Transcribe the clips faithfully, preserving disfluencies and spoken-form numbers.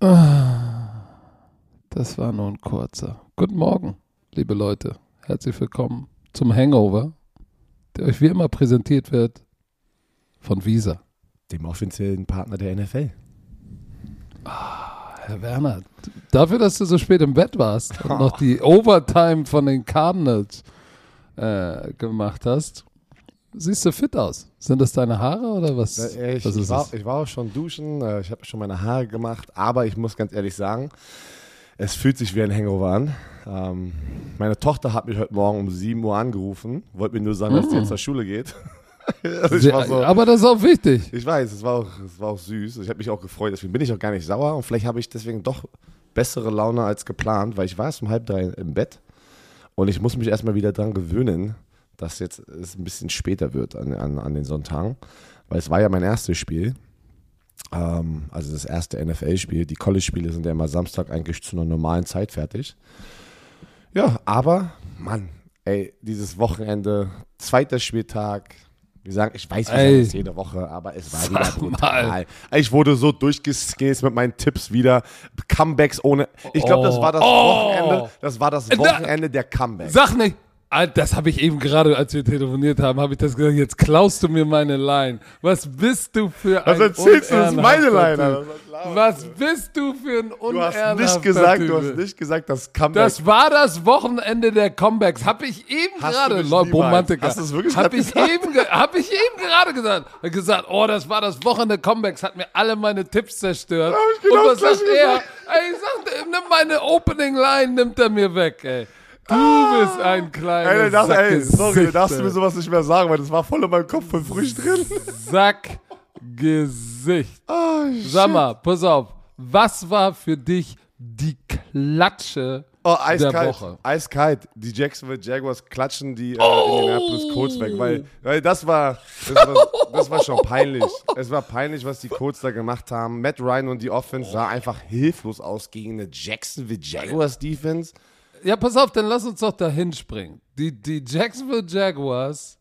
Das war nur ein kurzer. Guten Morgen, liebe Leute. Herzlich willkommen zum Hangover, der euch wie immer präsentiert wird von Visa, dem offiziellen Partner der N F L. Ah, Herr Werner, dafür, dass du so spät im Bett warst und noch die Overtime von den Cardinals äh, gemacht hast, siehst du fit aus. Sind das deine Haare oder was? Äh, ich, was ist ich, war, das? ich war auch schon duschen, äh, ich habe schon meine Haare gemacht, aber ich muss ganz ehrlich sagen, es fühlt sich wie ein Hangover an. Ähm, meine Tochter hat mich heute Morgen um sieben Uhr angerufen, wollte mir nur sagen, dass sie jetzt zur Schule geht. Also ich war so, aber das ist auch wichtig. Ich weiß, es war auch, es war auch süß. Ich habe mich auch gefreut, deswegen bin ich auch gar nicht sauer und vielleicht habe ich deswegen doch bessere Laune als geplant, weil ich war erst um halb drei im Bett und ich muss mich erstmal wieder dran gewöhnen, dass jetzt es ein bisschen später wird an, an, an den Sonntagen, weil es war ja mein erstes Spiel, ähm, also das erste N F L-Spiel. Die College-Spiele sind ja immer Samstag eigentlich zu einer normalen Zeit fertig. Ja, aber, Mann, ey, dieses Wochenende, zweiter Spieltag, wie sagen, ich weiß, wir sagen das jede Woche, aber es war wieder brutal. Ich wurde so durchgeskillt mit meinen Tipps wieder. Comebacks ohne, ich glaube, das war das Oh. Wochenende, das war das Wochenende der Comebacks. Sag nicht. Ah, das habe ich eben gerade, als wir telefoniert haben, habe ich das gesagt, jetzt klaust du mir meine Line. Was bist du für ein Was erzählst du? Das ist meine Line. Typ. Alter. Was bist du für ein unehrenhafter Du hast nicht gesagt, Typ. du hast nicht gesagt, das Comeback. Das war das Wochenende der Comebacks. Habe ich eben Hast gerade, du mich Lord niemals- Romantiker. Hast du es wirklich Habe gerade ich, eben ge- hab ich eben gerade gesagt. Er hat gesagt, oh, das war das Wochenende Comebacks, hat mir alle meine Tipps zerstört. hab ich genau Und was das sagt Gleiche er? gesagt. Ey, sagt, nimm meine Opening Line, nimmt er mir weg, ey. Du bist ein kleiner Ey, darfst, ey, Sackgesicht, sorry, da darfst du ey. mir sowas nicht mehr sagen, weil das war voll in meinem Kopf von früh drin. Sackgesicht. Oh, Sag mal, pass auf, was war für dich die Klatsche Oh, der eiskalt, Woche? eiskalt. Die Jacksonville Jaguars klatschen die äh, Indianapolis Colts weg, weil, weil das, war, das, war, das war schon peinlich. Es war peinlich, was die Colts da gemacht haben. Matt Ryan und die Offense sah einfach hilflos aus gegen eine Jacksonville Jaguars Defense. Ja, pass auf, dann lass uns doch da hinspringen. Die, die Jacksonville Jaguars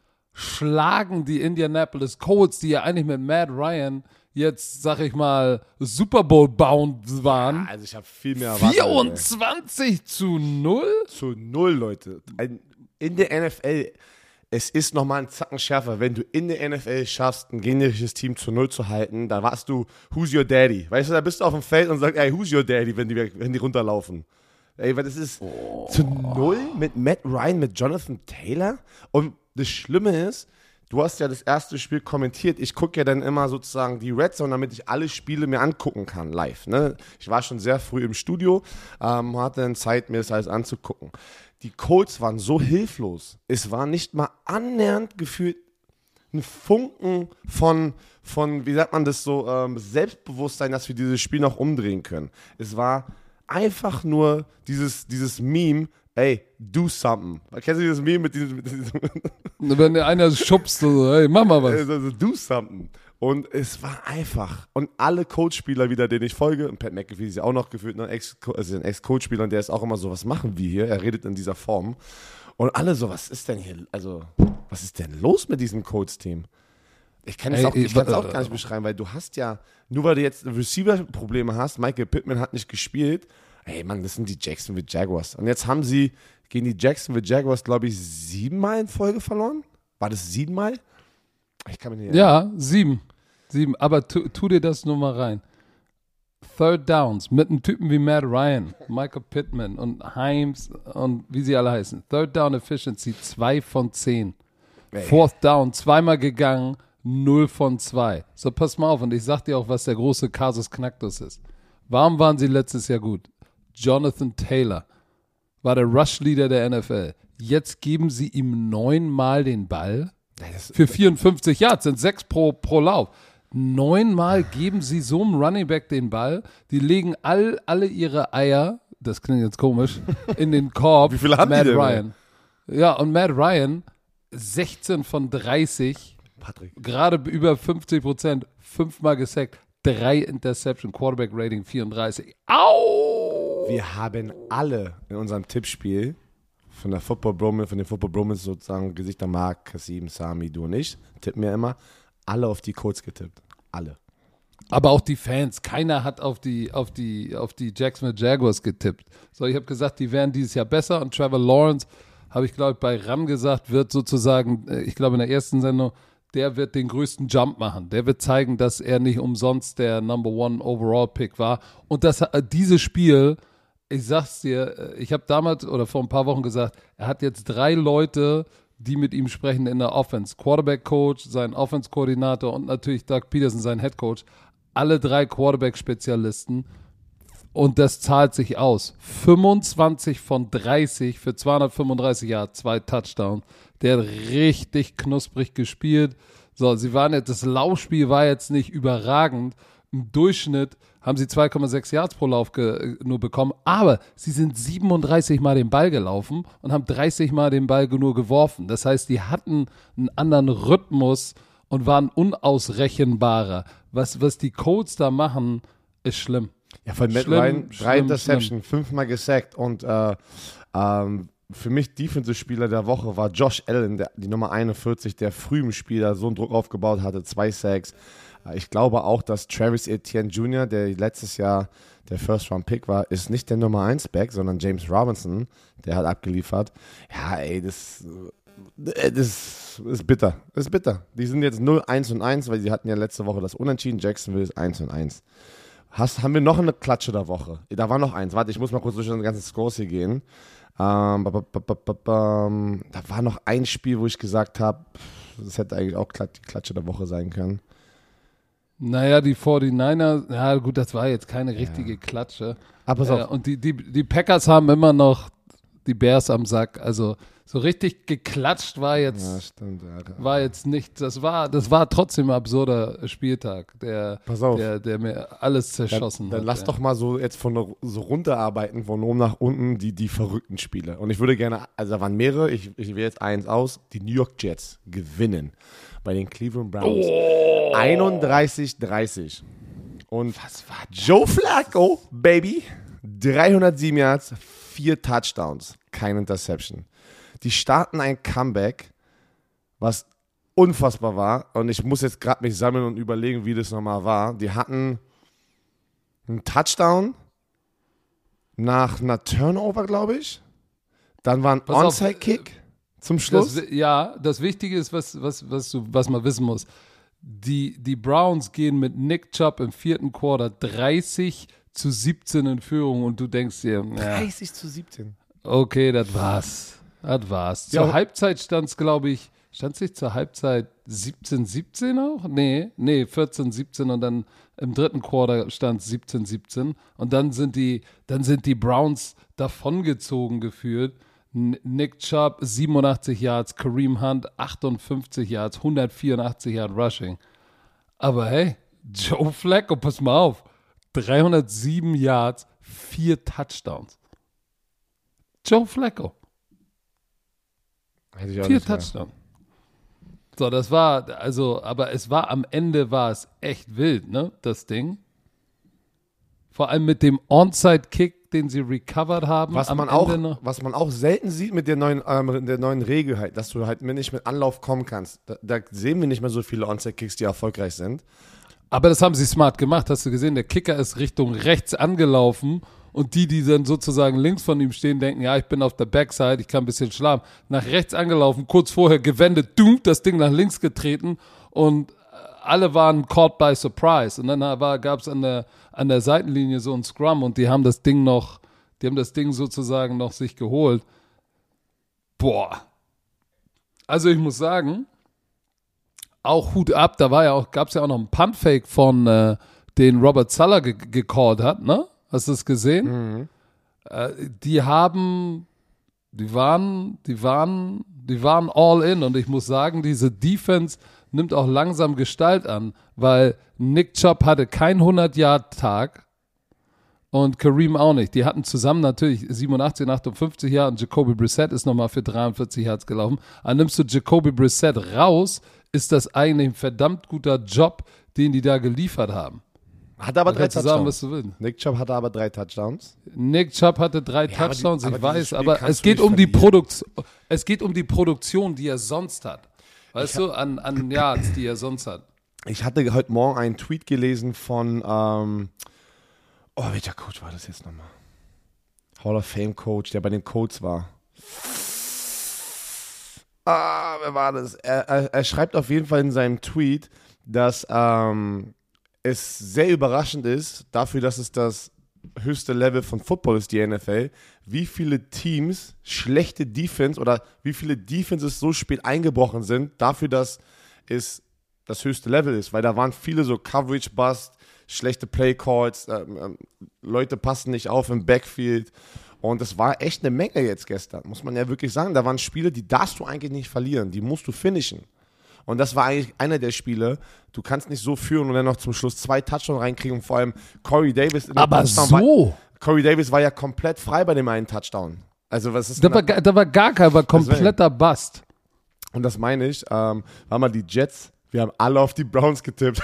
schlagen die Indianapolis Colts, die ja eigentlich mit Matt Ryan jetzt, sag ich mal, Super Bowl-bound waren. Also ich habe viel mehr erwartet. vierundzwanzig zu null? Zu null, Leute. Ein, in der N F L, es ist nochmal ein Zacken schärfer. Wenn du in der N F L schaffst, ein gegnerisches Team zu null zu halten, dann warst du, who's your daddy? Weißt du, da bist du auf dem Feld und sagst, ey, who's your daddy, wenn die, wenn die runterlaufen? Ey, weil das ist oh. zu null mit Matt Ryan, mit Jonathan Taylor. Und das Schlimme ist, du hast ja das erste Spiel kommentiert. Ich gucke ja dann immer sozusagen die Red Zone, damit ich alle Spiele mir angucken kann, live. Ne? Ich war schon sehr früh im Studio, ähm, hatte dann Zeit, mir das alles anzugucken. Die Colts waren so hilflos. Es war nicht mal annähernd gefühlt ein Funken von, von, wie sagt man das so, ähm, Selbstbewusstsein, dass wir dieses Spiel noch umdrehen können. Es war einfach nur dieses, dieses Meme, ey, do something. Kennst du dieses Meme mit diesem... Mit diesem Wenn einer schubst, so, hey, mach mal was. Also, do something. Und es war einfach. Und alle Coach-Spieler wieder, denen ich folge, und Pat McAfee ist ja auch noch gefühlt, ne, Ex- also ein Ex-Coach-Spieler, und der ist auch immer so, was machen wir hier? Er redet in dieser Form. Und alle so, was ist denn hier, also, was ist denn los mit diesem Coach-Team? Ich kann es auch, ich kann's auch gar nicht beschreiben, weil du hast ja, nur weil du jetzt Receiver-Probleme hast, Michael Pittman hat nicht gespielt, ey Mann, das sind die Jacksonville Jaguars. Und jetzt haben sie gegen die Jacksonville Jaguars, glaube ich, siebenmal in Folge verloren. War das siebenmal? Ich kann mich nicht erinnern. Ja, sieben. Sieben. Aber tu, tu dir das nur mal rein. Third Downs mit einem Typen wie Matt Ryan, Michael Pittman und Himes und wie sie alle heißen. Third Down Efficiency zwei von zehn. Ey. Fourth Down zweimal gegangen, null von zwei. So, pass mal auf, und ich sag dir auch, was der große Kasus Knacktus ist. Warum waren sie letztes Jahr gut? Jonathan Taylor war der Rush-Leader der N F L. Jetzt geben sie ihm neunmal den Ball für vierundfünfzig Yards, sind sechs pro, pro Lauf. Neunmal geben sie so einem Running Back den Ball. Die legen all, alle ihre Eier, das klingt jetzt komisch, in den Korb. Wie viele haben Matt die denn? Ryan. Ja, und Matt Ryan, sechzehn von dreißig, Patrick. gerade über fünfzig Prozent, fünfmal gesackt, drei Interception, Quarterback Rating vierunddreißig. Au! Wir haben alle in unserem Tippspiel von der Football Bromance, von den Football Bromance sozusagen Gesichter Mark, Kasim, Sami, du und ich, tippen wir immer, alle auf die Colts getippt. Alle. Aber auch die Fans, keiner hat auf die, auf die, auf die Jacksonville Jaguars getippt. So, ich habe gesagt, die wären dieses Jahr besser und Trevor Lawrence, habe ich glaube ich bei RAM gesagt, wird sozusagen, ich glaube in der ersten Sendung, der wird den größten Jump machen. Der wird zeigen, dass er nicht umsonst der Number One Overall Pick war. Und das, dieses Spiel, ich sag's dir, ich habe damals oder vor ein paar Wochen gesagt, er hat jetzt drei Leute, die mit ihm sprechen in der Offense. Quarterback-Coach, sein Offense-Koordinator und natürlich Doug Peterson, sein Head-Coach. Alle drei Quarterback-Spezialisten. Und das zahlt sich aus. fünfundzwanzig von dreißig für zweihundertfünfunddreißig Yards, zwei Touchdowns. Der hat richtig knusprig gespielt. So, sie waren jetzt, das Laufspiel war jetzt nicht überragend. Im Durchschnitt haben sie zwei Komma sechs Yards pro Lauf ge, nur bekommen, aber sie sind siebenunddreißig Mal den Ball gelaufen und haben dreißig Mal den Ball nur geworfen. Das heißt, die hatten einen anderen Rhythmus und waren unausrechenbarer. Was, was die Colts da machen, ist schlimm. Ja, von Matt Schlimm, Ryan, drei schlimm, Interception, fünfmal gesackt und äh, ähm, für mich Defensive-Spieler der Woche war Josh Allen, der, die Nummer einundvierzig, der früh im Spiel da so einen Druck aufgebaut hatte, zwei Sacks. Äh, ich glaube auch, dass Travis Etienne Junior, der letztes Jahr der First-Round-Pick war, ist nicht der Nummer eins Back, sondern James Robinson, der hat abgeliefert. Ja, ey, das, äh, das ist bitter, das ist bitter. Die sind jetzt null eins und eins, weil sie hatten ja letzte Woche das Unentschieden, Jacksonville ist eins und eins. Hast, haben wir noch eine Klatsche der Woche? Da war noch eins. Warte, ich muss mal kurz durch den ganzen Scores hier gehen. Ähm, ba, ba, ba, ba, ba, da war noch ein Spiel, wo ich gesagt habe, das hätte eigentlich auch die Klatsche der Woche sein können. Naja, die forty-niners, ja gut, das war jetzt keine richtige ja. Klatsche. Aber pass auf. Äh, und die, die, die Packers haben immer noch die Bears am Sack. Also so richtig geklatscht war jetzt, ja, stimmt, ja. war jetzt nicht, das war, das war trotzdem ein absurder Spieltag, der, Pass auf. der, der mir alles zerschossen dann, dann hat. lass ja. doch mal so jetzt von so runterarbeiten, von oben nach unten, die, die verrückten Spiele. Und ich würde gerne, also da waren mehrere, ich, ich wähle jetzt eins aus, die New York Jets gewinnen bei den Cleveland Browns. Oh. einunddreißig dreißig. Und was war das? Joe Flacco, Baby, dreihundertsieben Yards, vier Touchdowns, kein Interception. Die starten ein Comeback, was unfassbar war. Und ich muss jetzt gerade mich sammeln und überlegen, wie das nochmal war. Die hatten einen Touchdown nach einer Turnover, glaube ich. Dann war ein Onside-Kick zum Schluss. Das, ja, das Wichtige ist, was, was, was, du, was man wissen muss. Die, die Browns gehen mit Nick Chubb im vierten Quarter dreißig zu siebzehn in Führung und du denkst dir, ja, dreißig zu siebzehn. Okay, das war's. Das war's. Zur ja. Halbzeit stand es, glaube ich, stand es nicht zur Halbzeit siebzehn siebzehn auch? Nee, nee, vierzehn siebzehn und dann im dritten Quarter stand es siebzehn siebzehn und dann sind die, dann sind die Browns davongezogen geführt. Nick Chubb siebenundachtzig Yards, Kareem Hunt achtundfünfzig Yards, hundertvierundachtzig Yards Rushing. Aber hey, Joe Flacco, pass mal auf, dreihundertsieben Yards, vier Touchdowns. Joe Flacco. Vier Touchdowns. So, das war, also, aber es war am Ende war es echt wild, ne, das Ding. Vor allem mit dem Onside-Kick, den sie recovered haben. Was, am man, Ende auch, noch. was man auch selten sieht mit der neuen, ähm, der neuen Regel halt, dass du halt nicht mit Anlauf kommen kannst. Da, da sehen wir nicht mehr so viele Onside-Kicks, die erfolgreich sind. Aber das haben sie smart gemacht, hast du gesehen, der Kicker ist Richtung rechts angelaufen und die, die dann sozusagen links von ihm stehen, denken, ja, ich bin auf der Backside, ich kann ein bisschen schlafen. Nach rechts angelaufen, kurz vorher gewendet, dumm, das Ding nach links getreten und alle waren caught by surprise. Und dann gab es an der, an der Seitenlinie so ein Scrum und die haben das Ding noch, die haben das Ding sozusagen noch sich geholt. Boah. Also ich muss sagen, auch Hut ab, da war ja auch, gab es ja auch noch einen Punt-Fake von, äh, den Robert Saleh ge- gecallt hat, ne? Hast du es gesehen? Mhm. Äh, die haben, die waren, die waren, die waren all in und ich muss sagen, diese Defense nimmt auch langsam Gestalt an, weil Nick Chubb hatte keinen hundert-Yard-Tag und Kareem auch nicht. Die hatten zusammen natürlich siebenundachtzig, achtundfünfzig Yards und Jacoby Brissett ist nochmal für dreiundvierzig Yards gelaufen. Aber nimmst du Jacoby Brissett raus, ist das eigentlich ein verdammt guter Job, den die da geliefert haben. Hat aber da drei Touchdowns. Sagen, was du willst. Nick Chubb hatte aber drei Touchdowns. Nick Chubb hatte drei ja, Touchdowns, aber die, ich aber weiß, aber es geht, um die Produkt, es geht um die Produktion, die er sonst hat. Weißt ich du, an, an Yards, die er sonst hat. ich hatte heute Morgen einen Tweet gelesen von, ähm, oh, welcher Coach war das jetzt nochmal? Hall of Fame Coach, der bei den Colts war. Ah, wer war das? Er, er, er schreibt auf jeden Fall in seinem Tweet, dass ähm, es sehr überraschend ist, dafür, dass es das höchste Level von Football ist, die N F L, wie viele Teams schlechte Defense oder wie viele Defenses so spät eingebrochen sind, dafür, dass es das höchste Level ist. Weil da waren viele so Coverage-Bust, schlechte Play-Calls, äh, äh, Leute passen nicht auf im Backfield. Und das war echt eine Menge jetzt gestern, muss man ja wirklich sagen. Da waren Spiele, die darfst du eigentlich nicht verlieren, die musst du finishen. Und das war eigentlich einer der Spiele, du kannst nicht so führen und dann noch zum Schluss zwei Touchdowns reinkriegen. Und vor allem Corey Davis. In Aber Touchdown so? War, Corey Davis war ja komplett frei bei dem einen Touchdown. Also was ist da, war, da war gar kein, war kompletter Bust. Und das meine ich, ähm, war mal die Jets, wir haben alle auf die Browns getippt.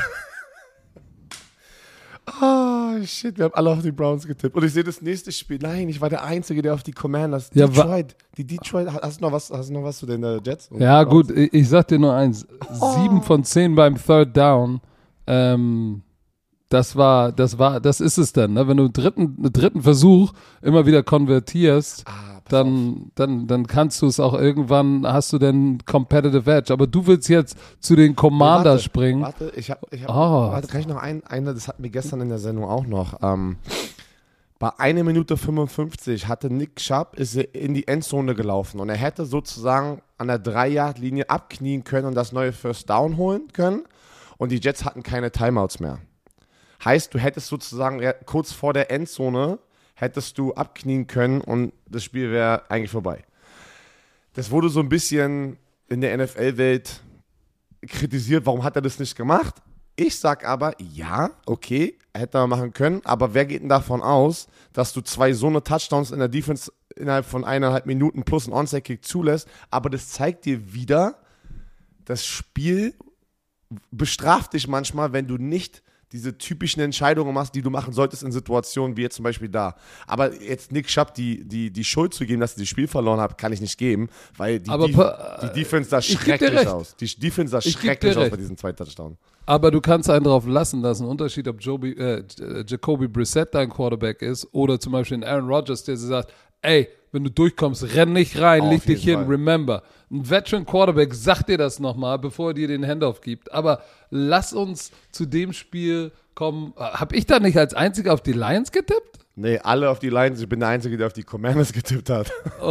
Oh, shit, wir haben alle auf die Browns getippt. Und ich sehe das nächste Spiel. Nein, ich war der Einzige, der auf die Commanders. Ja, Detroit. Die Detroit. Hast du noch was, hast du noch was zu den uh, Jets? Ja, gut, ich, ich sag dir nur eins. Oh. Sieben von zehn beim Third Down. Ähm, das war, das war, das ist es dann, ne? Wenn du einen dritten, einen dritten Versuch immer wieder konvertierst, ah, dann, dann, dann kannst du es auch irgendwann, hast du den Competitive Edge. Aber du willst jetzt zu den Commanders warte, springen. Warte, ich hab, ich hab, oh. warte, kann ich noch ein, eine, das hatten wir gestern in der Sendung auch noch. Ähm, bei einer Minute fünfundfünfzig hatte Nick Chubb ist in die Endzone gelaufen und er hätte sozusagen an der drei-Yard-Linie abknien können und das neue First Down holen können und die Jets hatten keine Timeouts mehr. Heißt, du hättest sozusagen kurz vor der Endzone hättest du abknien können und das Spiel wäre eigentlich vorbei. Das wurde so ein bisschen in der N F L-Welt kritisiert, warum hat er das nicht gemacht? Ich sag aber, ja, okay, hätte er machen können, aber wer geht denn davon aus, dass du zwei so eine Touchdowns in der Defense innerhalb von eineinhalb Minuten plus ein Onside-Kick zulässt, aber das zeigt dir wieder, das Spiel bestraft dich manchmal, wenn du nicht diese typischen Entscheidungen machst, die du machen solltest in Situationen wie jetzt zum Beispiel da. Aber jetzt Nick Chubb die, die, die Schuld zu geben, dass sie das Spiel verloren hat, kann ich nicht geben, weil die, aber, Def- die Defense sah schrecklich aus. Die Defense sah schrecklich aus bei diesen zwei Touchdowns. Aber du kannst einen drauf lassen, dass ein Unterschied, ob Joby, äh, Jacoby Brissett dein Quarterback ist oder zum Beispiel ein Aaron Rodgers, der sagt, ey, wenn du durchkommst, renn nicht rein, leg dich hin, remember. Ein Veteran Quarterback sagt dir das nochmal, bevor er dir den Handoff gibt. Aber lass uns zu dem Spiel kommen. Hab ich da nicht als Einziger auf die Lions getippt? Nee, alle auf die Lions. Ich bin der Einzige, der auf die Commanders getippt hat.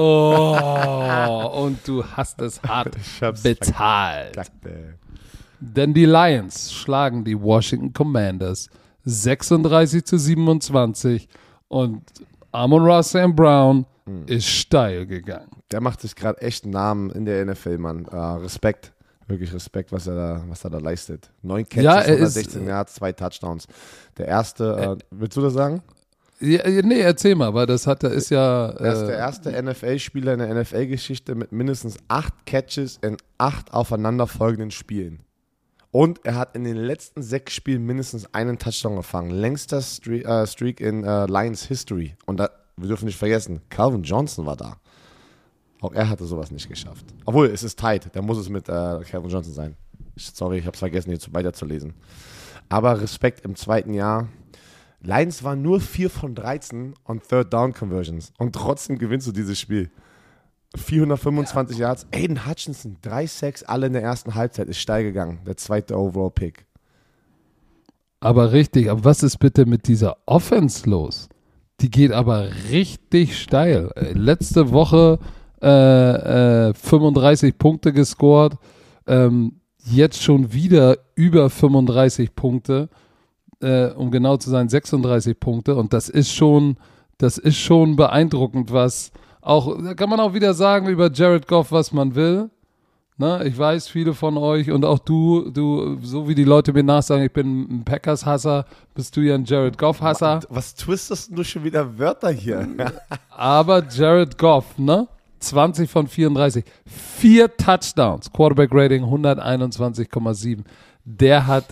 Oh, und du hast es hart bezahlt. Verkackt, Denn die Lions schlagen die Washington Commanders sechsunddreißig zu siebenundzwanzig und Amon-Ra Saint Brown hm. ist steil gegangen. Der macht sich gerade echt einen Namen in der N F L, Mann. Uh, Respekt. Wirklich Respekt, was er da, was er da leistet. Neun Catches, ja, hundertsechzehn Yards, zwei Touchdowns. Der erste, äh, äh, willst du das sagen? Ja, nee, erzähl mal, weil das hat, er ist ja... Er ist der erste N F L-Spieler in der N F L-Geschichte mit mindestens acht Catches in acht aufeinanderfolgenden Spielen. Und er hat in den letzten sechs Spielen mindestens einen Touchdown gefangen. Längster Stre- äh, Streak in äh, Lions History. Und da, wir dürfen nicht vergessen, Calvin Johnson war da. Auch er hatte sowas nicht geschafft. Obwohl, es ist tight. Da muss es mit äh, Calvin Johnson sein. Sorry, ich habe es vergessen, hier weiterzulesen. Aber Respekt im zweiten Jahr. Lions waren nur vier von dreizehn on Third Down Conversions. Und trotzdem gewinnst du dieses Spiel. vierhundertfünfundzwanzig ja. Yards. Aiden Hutchinson, drei Sacks, alle in der ersten Halbzeit, ist steil gegangen. Der zweite Overall-Pick. Aber richtig, aber was ist bitte mit dieser Offense los? Die geht aber richtig steil. Letzte Woche äh, äh, fünfunddreißig Punkte gescored. Ähm, jetzt schon wieder über fünfunddreißig Punkte. Äh, um genau zu sein, sechsunddreißig Punkte. Und das ist schon, das ist schon beeindruckend, was auch, da kann man auch wieder sagen über Jared Goff, was man will. Ne? Ich weiß, viele von euch und auch du, du, so wie die Leute mir nachsagen, ich bin ein Packers-Hasser, bist du ja ein Jared Goff-Hasser. Was, was twistest du schon wieder Wörter hier? Aber Jared Goff, ne? zwanzig von vierunddreißig. Vier Touchdowns. Quarterback-Rating hunderteinundzwanzig Komma sieben. Der hat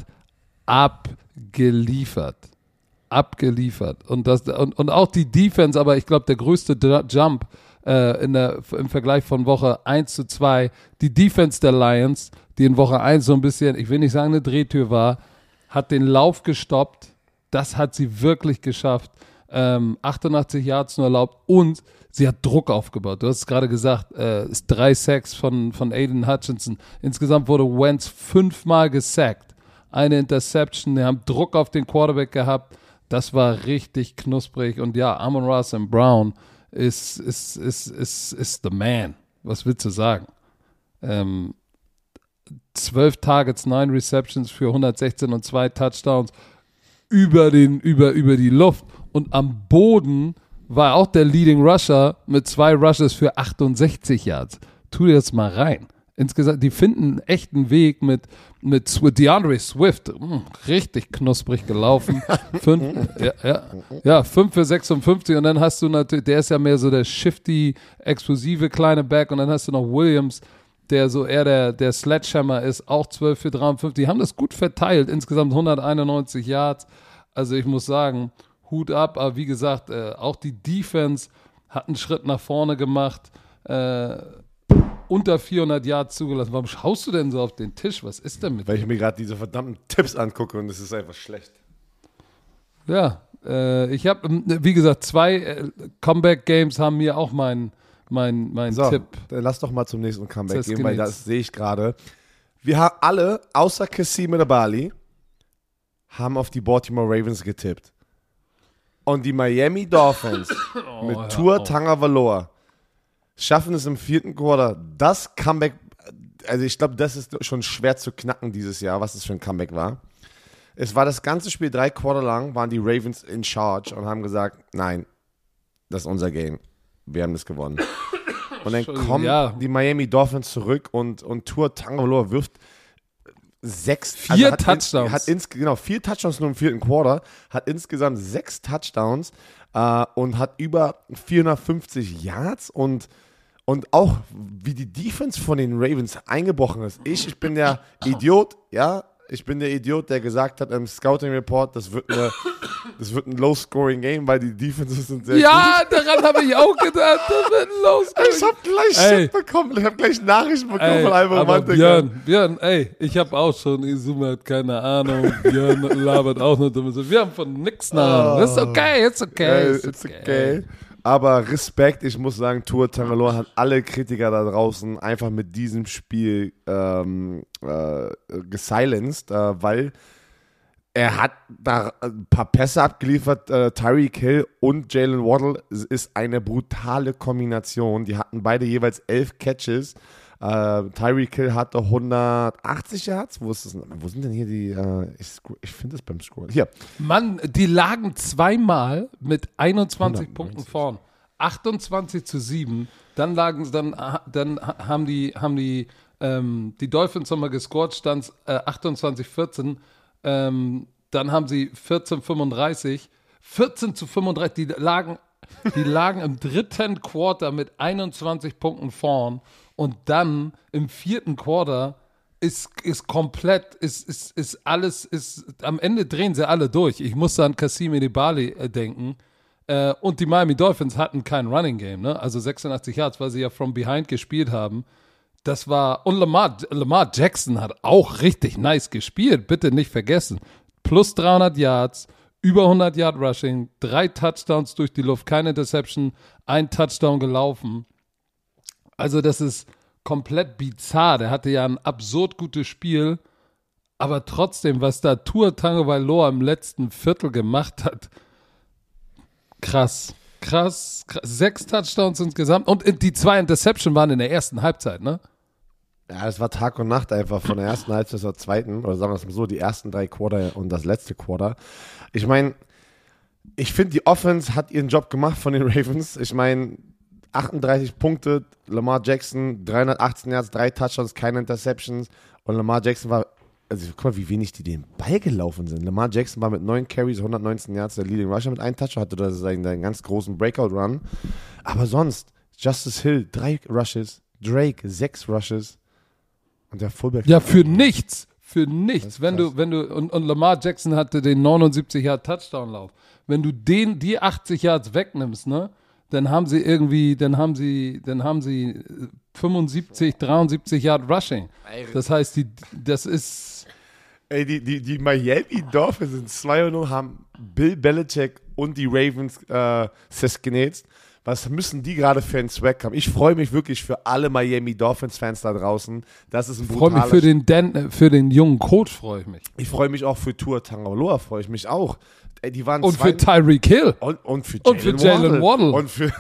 abgeliefert. Abgeliefert. Und, das, und, und auch die Defense, aber ich glaube, der größte Jump äh, in der, im Vergleich von Woche eins zu zwei. Die Defense der Lions, die in Woche eins so ein bisschen, ich will nicht sagen eine Drehtür war, hat den Lauf gestoppt. Das hat sie wirklich geschafft. Ähm, achtundachtzig Yards nur erlaubt und sie hat Druck aufgebaut. Du hast es gerade gesagt, äh, ist drei Sacks von, von Aiden Hutchinson. Insgesamt wurde Wentz fünfmal gesackt. Eine Interception, die haben Druck auf den Quarterback gehabt. Das war richtig knusprig. Und ja, Amon-Ra Saint Brown ist, ist, ist, ist, ist the man. Was willst du sagen? Ähm, zwölf Targets, neun Receptions für hundertsechzehn und zwei Touchdowns über, den, über, über die Luft. Und am Boden war auch der Leading Rusher mit zwei Rushes für achtundsechzig Yards. Tu dir das mal rein. Insgesamt, die finden einen echten Weg mit, mit Sw- DeAndre Swift. Mh, richtig knusprig gelaufen. fünf, ja, ja, ja, fünf für sechsundfünfzig und dann hast du natürlich, der ist ja mehr so der shifty, explosive kleine Back und dann hast du noch Williams, der so eher der, der Sledgehammer ist, auch zwölf für dreiundfünfzig. Die haben das gut verteilt, insgesamt hunderteinundneunzig Yards. Also ich muss sagen, Hut ab, aber wie gesagt, äh, auch die Defense hat einen Schritt nach vorne gemacht, äh, unter vierhundert Yards zugelassen. Warum schaust du denn so auf den Tisch? Was ist denn mit Weil dir? ich mir gerade diese verdammten Tipps angucke und es ist einfach schlecht. Ja, äh, ich habe, wie gesagt, zwei äh, Comeback-Games haben mir auch mein, mein, mein So, Tipp. dann lass doch mal zum nächsten Comeback Das gehen, weil genießt. das sehe ich gerade. Wir haben alle, außer Kassim Edebali, haben auf die Baltimore Ravens getippt. Und die Miami Dolphins Oh, mit hör Tua auf. Tagovailoa schaffen es im vierten Quarter, das Comeback, also ich glaube, das ist schon schwer zu knacken dieses Jahr, was das für ein Comeback war. Es war das ganze Spiel, drei Quarter lang, waren die Ravens in charge und haben gesagt, nein, das ist unser Game. Wir haben das gewonnen. Und dann kommen ja. die Miami Dolphins zurück und, und Tua Tagovailoa wirft sechs, Vier hat Touchdowns. In, hat ins, genau, vier Touchdowns nur im vierten Quarter, hat insgesamt sechs Touchdowns äh, und hat über vierhundertfünfzig Yards und, und auch wie die Defense von den Ravens eingebrochen ist. Ich, ich bin der Idiot, ja, ich bin der Idiot, der gesagt hat im Scouting Report, das wird eine, das wird ein Low-Scoring-Game, weil die Defenses sind sehr Ja, daran habe ich auch gedacht. Das wird los. gut. Ich habe gleich Ey. Shit bekommen, ich habe gleich Nachrichten bekommen Ey, von einem aber Romantiker. Björn, Björn, ey, ich habe auch schon, Izuma hat keine Ahnung, Björn labert auch nur dumme Sachen. Wir haben von nix eine Ahnung. Das ist okay, it's okay. Ey, It's it's okay. Aber Respekt, ich muss sagen, Tua Tagovailoa hat alle Kritiker da draußen einfach mit diesem Spiel ähm, äh, gesilenced, äh, weil er hat da ein paar Pässe abgeliefert, äh, Tyreek Hill und Jalen Waddle ist eine brutale Kombination. Die hatten beide jeweils elf Catches. Äh, Tyreek Hill hatte hundertachtzig Yards. Wo ist das? Wo sind denn hier die? Äh, ich scroll- ich finde es beim Scrollen. Hier. Mann, die lagen zweimal mit einundzwanzig hundertneunzig. Punkten vorn. achtundzwanzig zu sieben. Dann lagen sie, dann, dann haben die, haben die, ähm, die Dolphins nochmal gescored, stand äh, achtundzwanzig vierzehn. Ähm, dann haben sie vierzehn fünfunddreißig. vierzehn zu fünfunddreißig. Die lagen, die lagen im dritten Quarter mit einundzwanzig Punkten vorn. Und dann im vierten Quarter ist, ist komplett, ist, ist, ist alles, ist, am Ende drehen sie alle durch. Ich musste an Kassim Edebali äh, denken. Äh, und die Miami Dolphins hatten kein Running Game, ne? Also sechsundachtzig Yards, weil sie ja from behind gespielt haben. Das war, und Lamar, Lamar Jackson hat auch richtig nice gespielt, bitte nicht vergessen. Plus dreihundert Yards, über hundert Yard Rushing, drei Touchdowns durch die Luft, keine Interception, ein Touchdown gelaufen. Also das ist komplett bizarr. Der hatte ja ein absurd gutes Spiel, aber trotzdem, was da Tua Tagovailoa im letzten Viertel gemacht hat, krass. Krass, krass. Sechs Touchdowns insgesamt und die zwei Interception waren in der ersten Halbzeit, ne? Ja, es war Tag und Nacht einfach von der ersten Halbzeit zur zweiten, oder sagen wir es mal so, die ersten drei Quarter und das letzte Quarter. Ich meine, ich finde, die Offense hat ihren Job gemacht von den Ravens. Ich meine, achtunddreißig Punkte, Lamar Jackson, dreihundertachtzehn Yards, drei Touchdowns, keine Interceptions und Lamar Jackson war, also guck mal, wie wenig die den Ball gelaufen sind. Lamar Jackson war mit neun Carries, hundertneunzehn Yards, der Leading Rusher mit einem Touchdown, hatte da seinen, seinen ganz großen Breakout-Run. Aber sonst, Justice Hill, drei Rushes, Drake, sechs Rushes. Und der Fullback. Ja, für nichts. Für nichts. ist Wenn krass. du, wenn du, und, und Lamar Jackson hatte den neunundsiebzig Yard Touchdown-Lauf. Wenn du den, die achtzig Yards wegnimmst, ne, dann haben sie irgendwie, dann haben sie, dann haben sie fünfundsiebzig, dreiundsiebzig Yard Rushing. Das heißt, die, das ist... Ey, die, die, die Miami Dolphins sind zwei und null, haben Bill Belichick und die Ravens äh, sesgenetzt. Was müssen die gerade für einen Swag haben? Ich freue mich wirklich für alle Miami Dolphins-Fans da draußen. Das ist ein brutaler... Ich freue mich für den, Dan, für den jungen Coach, freue ich mich. Ich freue mich auch für Tua Tagovailoa, freue ich mich auch. Ey, die waren und für Tyreek Hill. Und, und für Jalen Waddle. Und für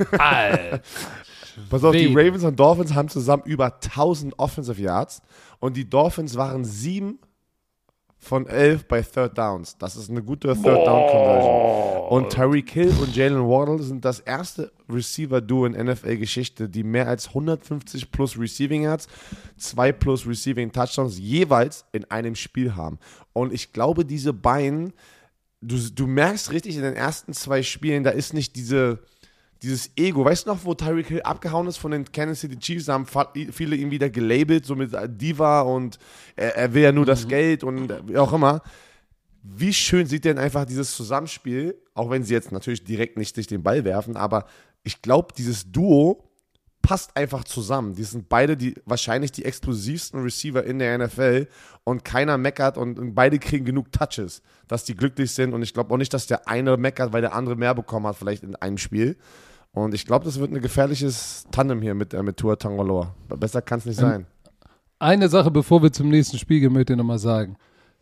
Pass auf, die Ravens und Dolphins haben zusammen über tausend Offensive Yards und die Dolphins waren sieben von elf bei Third Downs. Das ist eine gute Third Down Conversion. Und Tyreek Hill und Jalen Waddle sind das erste Receiver-Duo in N F L-Geschichte, die mehr als hundertfünfzig plus Receiving Yards, zwei plus Receiving Touchdowns jeweils in einem Spiel haben. Und ich glaube, diese beiden, du, du merkst richtig in den ersten zwei Spielen, da ist nicht diese... Dieses Ego, weißt du noch, wo Tyreek Hill abgehauen ist von den Kansas City Chiefs, da haben viele ihn wieder gelabelt, so mit Diva und er, er will ja nur mhm. das Geld und wie auch immer. Wie schön sieht denn einfach dieses Zusammenspiel, auch wenn sie jetzt natürlich direkt nicht sich den Ball werfen, aber ich glaube, dieses Duo passt einfach zusammen. Die sind beide die wahrscheinlich die explosivsten Receiver in der N F L und keiner meckert und, und beide kriegen genug Touches, dass die glücklich sind und ich glaube auch nicht, dass der eine meckert, weil der andere mehr bekommen hat, vielleicht in einem Spiel. Und ich glaube, das wird ein gefährliches Tandem hier mit, äh, mit Tua Tagovailoa. Besser kann es nicht sein. Eine Sache, bevor wir zum nächsten Spiel gehen, möchte ich nochmal sagen.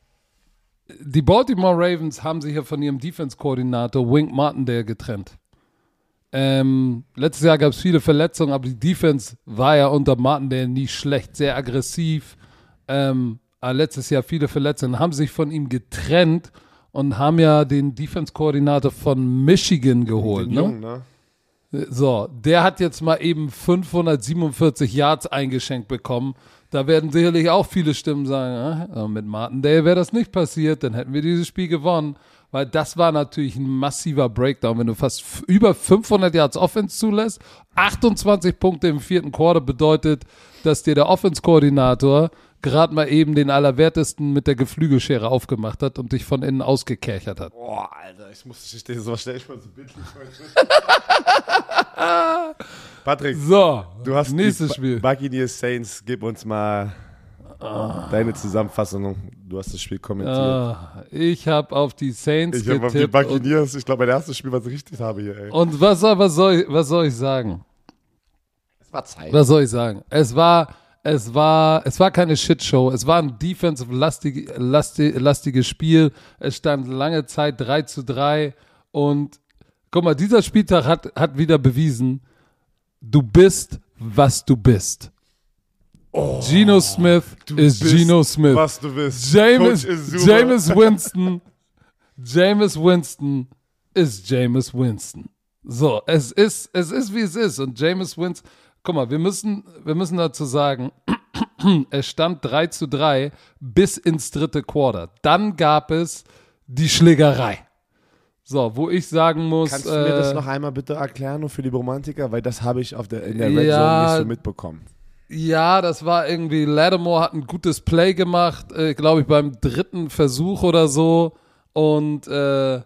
Die Baltimore Ravens haben sich ja von ihrem Defense-Koordinator Wink Martindale getrennt. Ähm, letztes Jahr gab es viele Verletzungen, aber die Defense war ja unter Martindale nie schlecht, sehr aggressiv. Ähm, aber letztes Jahr viele Verletzungen, haben sich von ihm getrennt und haben ja den Defense-Koordinator von Michigan geholt. Den ne? Jungen, ne? So, der hat jetzt mal eben fünfhundertsiebenundvierzig Yards eingeschenkt bekommen. Da werden sicherlich auch viele Stimmen sagen, äh, mit Martindale wäre das nicht passiert, dann hätten wir dieses Spiel gewonnen. Weil das war natürlich ein massiver Breakdown, wenn du fast f- über fünfhundert Yards Offense zulässt. achtundzwanzig Punkte im vierten Quarter bedeutet, dass dir der Offense-Koordinator gerade mal eben den Allerwertesten mit der Geflügelschere aufgemacht hat und dich von innen ausgekerchert hat. Boah, Alter, ich muss dich so stell ich mal so bildlich Patrick, so, du hast nächstes die Spiel. Buccaneers Saints, gib uns mal oh. deine Zusammenfassung. Du hast das Spiel kommentiert. Ah, ich habe auf die Saints ich habe auf die Buccaneers, ich glaube, mein erstes Spiel, was ich richtig habe hier, ey. Und was soll, was soll, ich, was soll ich sagen? Es war Zeit. Was soll ich sagen? Es war, es war, es war keine Shitshow. Es war ein defensive-lastiges lastig, lastiges Spiel. Es stand lange Zeit drei zu drei. Und guck mal, dieser Spieltag hat, hat wieder bewiesen, du bist, was du bist. Oh, Geno Smith ist Geno Smith. Was du bist. James, James Winston, James Winston ist James Winston. So, es ist, es ist wie es ist. Und James Winston, guck mal, wir müssen, wir müssen dazu sagen, es stand drei zu drei bis ins dritte Quarter. Dann gab es die Schlägerei. So, wo ich sagen muss. Kannst du äh, mir das noch einmal bitte erklären, nur für die Romantiker? Weil das habe ich auf der, in der Red ja, Zone nicht so mitbekommen. Ja, das war irgendwie, Lattimore hat ein gutes Play gemacht, äh, glaube ich, beim dritten Versuch oder so. Und äh,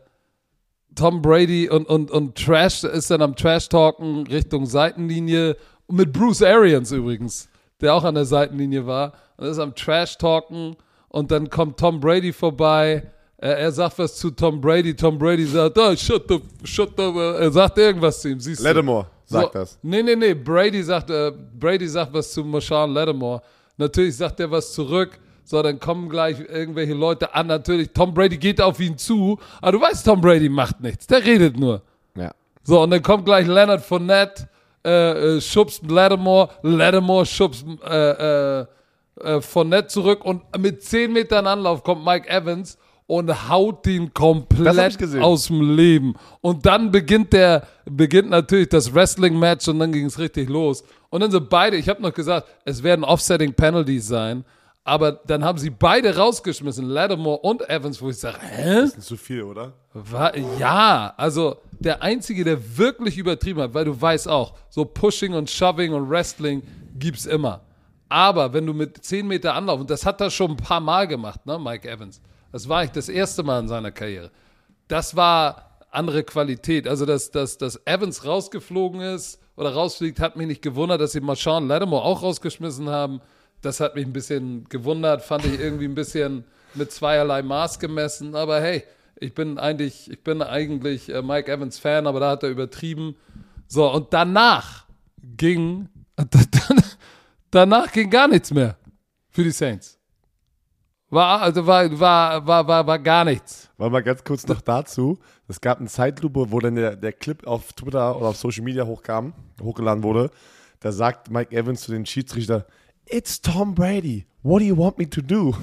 Tom Brady und, und, und Trash ist dann am Trash-Talken Richtung Seitenlinie. Mit Bruce Arians übrigens, der auch an der Seitenlinie war. Und ist am Trash-Talken und dann kommt Tom Brady vorbei. Er, er sagt was zu Tom Brady. Tom Brady sagt, oh, shut the, shut the, er sagt irgendwas zu ihm. Siehst du? Lattimore sagt so, das. Nee, nee, nee. Brady sagt, äh, Brady sagt was zu Marshawn Lattimore. Natürlich sagt er was zurück. So, dann kommen gleich irgendwelche Leute an. Natürlich, Tom Brady geht auf ihn zu. Aber du weißt, Tom Brady macht nichts. Der redet nur. Ja. So, und dann kommt gleich Leonard Fournette, äh, äh, schubst Lattimore. Lattimore schubst äh, äh, äh, Fournette zurück. Und mit zehn Metern Anlauf kommt Mike Evans und haut ihn komplett aus dem Leben. Und dann beginnt der, beginnt natürlich das Wrestling-Match und dann ging es richtig los. Und dann sind beide, ich habe noch gesagt, es werden Offsetting Penalties sein, aber dann haben sie beide rausgeschmissen, Lattimore und Evans, wo ich sage, hä? Das ist nicht zu viel, oder? War, ja, also der Einzige, der wirklich übertrieben hat, weil du weißt auch, so Pushing und Shoving und Wrestling gibt's immer. Aber wenn du mit zehn Meter Anlauf, und das hat er schon ein paar Mal gemacht, ne, Mike Evans, das war eigentlich das erste Mal in seiner Karriere. Das war andere Qualität. Also, dass, dass, dass Evans rausgeflogen ist oder rausfliegt, hat mich nicht gewundert, dass sie Marshawn Lattimore auch rausgeschmissen haben. Das hat mich ein bisschen gewundert, fand ich irgendwie ein bisschen mit zweierlei Maß gemessen. Aber hey, ich bin eigentlich, ich bin eigentlich äh, Mike Evans Fan, aber da hat er übertrieben. So, und danach ging, danach ging gar nichts mehr für die Saints. War, also war, war, war, war, war gar nichts. War mal ganz kurz noch dazu. Es gab eine Zeitlupe, wo dann der, der Clip auf Twitter oder auf Social Media hochkam, hochgeladen wurde. Da sagt Mike Evans zu den Schiedsrichter, "It's Tom Brady. What do you want me to do?"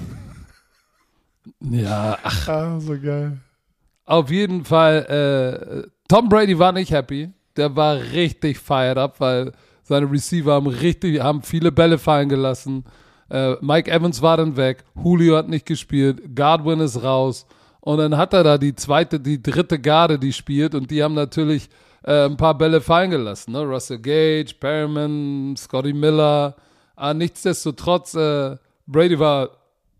Ja, ach. Ah, so geil. Auf jeden Fall, äh, Tom Brady war nicht happy. Der war richtig fired up, weil seine Receiver haben richtig, haben viele Bälle fallen gelassen. Äh, Mike Evans war dann weg, Julio hat nicht gespielt, Godwin ist raus und dann hat er da die zweite, die dritte Garde, die spielt und die haben natürlich äh, ein paar Bälle fallen gelassen. Ne? Russell Gage, Perriman, Scotty Miller. Ah, nichtsdestotrotz, äh, Brady war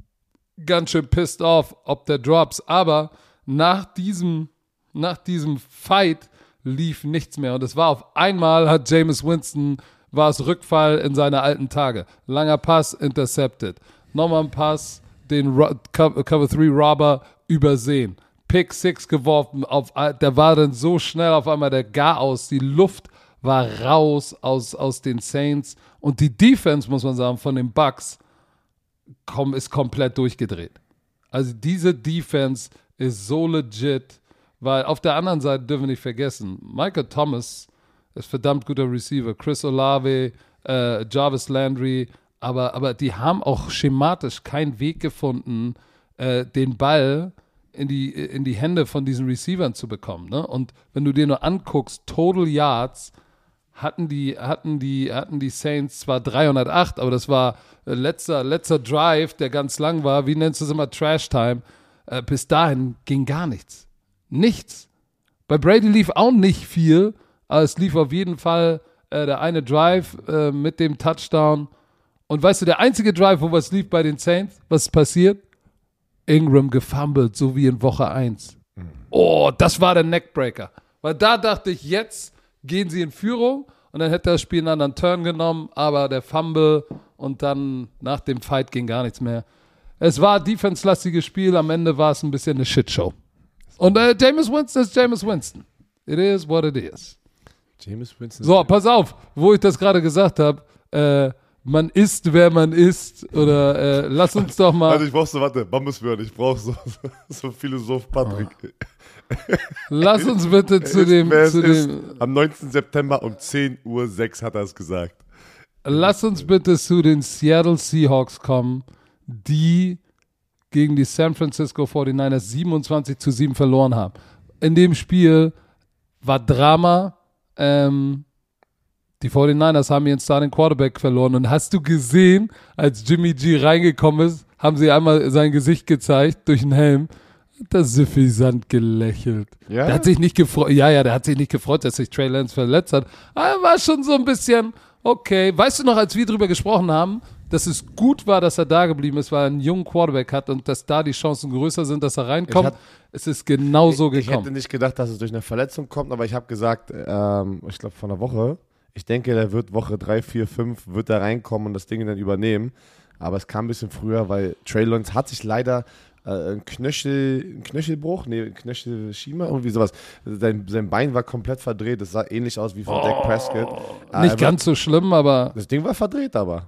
ganz schön pissed off, ob der Drops, aber nach diesem, nach diesem Fight lief nichts mehr und es war auf einmal, hat Jameis Winston war es Rückfall in seine alten Tage. Langer Pass, intercepted. Nochmal ein Pass, den Ro- Cover drei Robber übersehen. Pick six geworfen, auf, der war dann so schnell auf einmal der Garaus. Die Luft war raus aus, aus den Saints. Und die Defense, muss man sagen, von den Bucks komm, ist komplett durchgedreht. Also diese Defense ist so legit, weil auf der anderen Seite dürfen wir nicht vergessen, Michael Thomas ist verdammt guter Receiver. Chris Olave, äh, Jarvis Landry, aber, aber die haben auch schematisch keinen Weg gefunden, äh, den Ball in die, in die Hände von diesen Receivern zu bekommen. Ne? Und wenn du dir nur anguckst, Total Yards hatten die, hatten die, hatten die Saints zwar dreihundertacht, aber das war äh, letzter, letzter Drive, der ganz lang war. Wie nennst du es immer? Trash Time. Äh, bis dahin ging gar nichts. Nichts. Bei Brady lief auch nicht viel, aber es lief auf jeden Fall äh, der eine Drive äh, mit dem Touchdown. Und weißt du, der einzige Drive, wo was lief bei den Saints, was ist passiert? Ingram gefumbled, so wie in Woche eins. Mhm. Oh, das war der Neckbreaker. Weil da dachte ich, jetzt gehen sie in Führung und dann hätte das Spiel einen anderen Turn genommen, aber der Fumble und dann nach dem Fight ging gar nichts mehr. Es war ein defense-lastiges Spiel, am Ende war es ein bisschen eine Shitshow. Und äh, Jameis Winston ist Jameis Winston. It is what it is. Jameis Winston. So, pass auf, wo ich das gerade gesagt habe, äh, man ist, wer man ist, oder äh, lass uns doch mal... Also ich brauch so, warte, Bambuswörter, ich brauch so, so, so Philosoph Patrick. Oh. Lass uns bitte zu dem... Zu dem am neunzehnten September um zehn Uhr sechs hat er es gesagt. Lass uns bitte zu den Seattle Seahawks kommen, die gegen die San Francisco forty-niners siebenundzwanzig zu sieben verloren haben. In dem Spiel war Drama. Ähm, die forty-niners haben ihren Starting Quarterback verloren. Und hast du gesehen, als Jimmy G reingekommen ist, haben sie einmal sein Gesicht gezeigt durch den Helm. Hat er suffisant gelächelt. Ja? Der hat sich nicht gefreut. Ja, ja, der hat sich nicht gefreut, dass sich Trey Lance verletzt hat. Aber war schon so ein bisschen okay. Weißt du noch, als wir drüber gesprochen haben, dass es gut war, dass er da geblieben ist, weil er einen jungen Quarterback hat und dass da die Chancen größer sind, dass er reinkommt. Hat, es ist genau so gekommen. Ich hätte nicht gedacht, dass es durch eine Verletzung kommt, aber ich habe gesagt, ähm, ich glaube vor einer Woche, ich denke, der wird Woche drei, vier, fünf, wird da reinkommen und das Ding dann übernehmen. Aber es kam ein bisschen früher, weil Trey Lance hat sich leider äh, ein, Knöchel, ein Knöchelbruch, nee, ein Knöchelschiemer, irgendwie sowas. Sein, sein Bein war komplett verdreht, das sah ähnlich aus wie von oh, Dak Prescott. Äh, nicht ganz war, so schlimm, aber... Das Ding war verdreht, aber...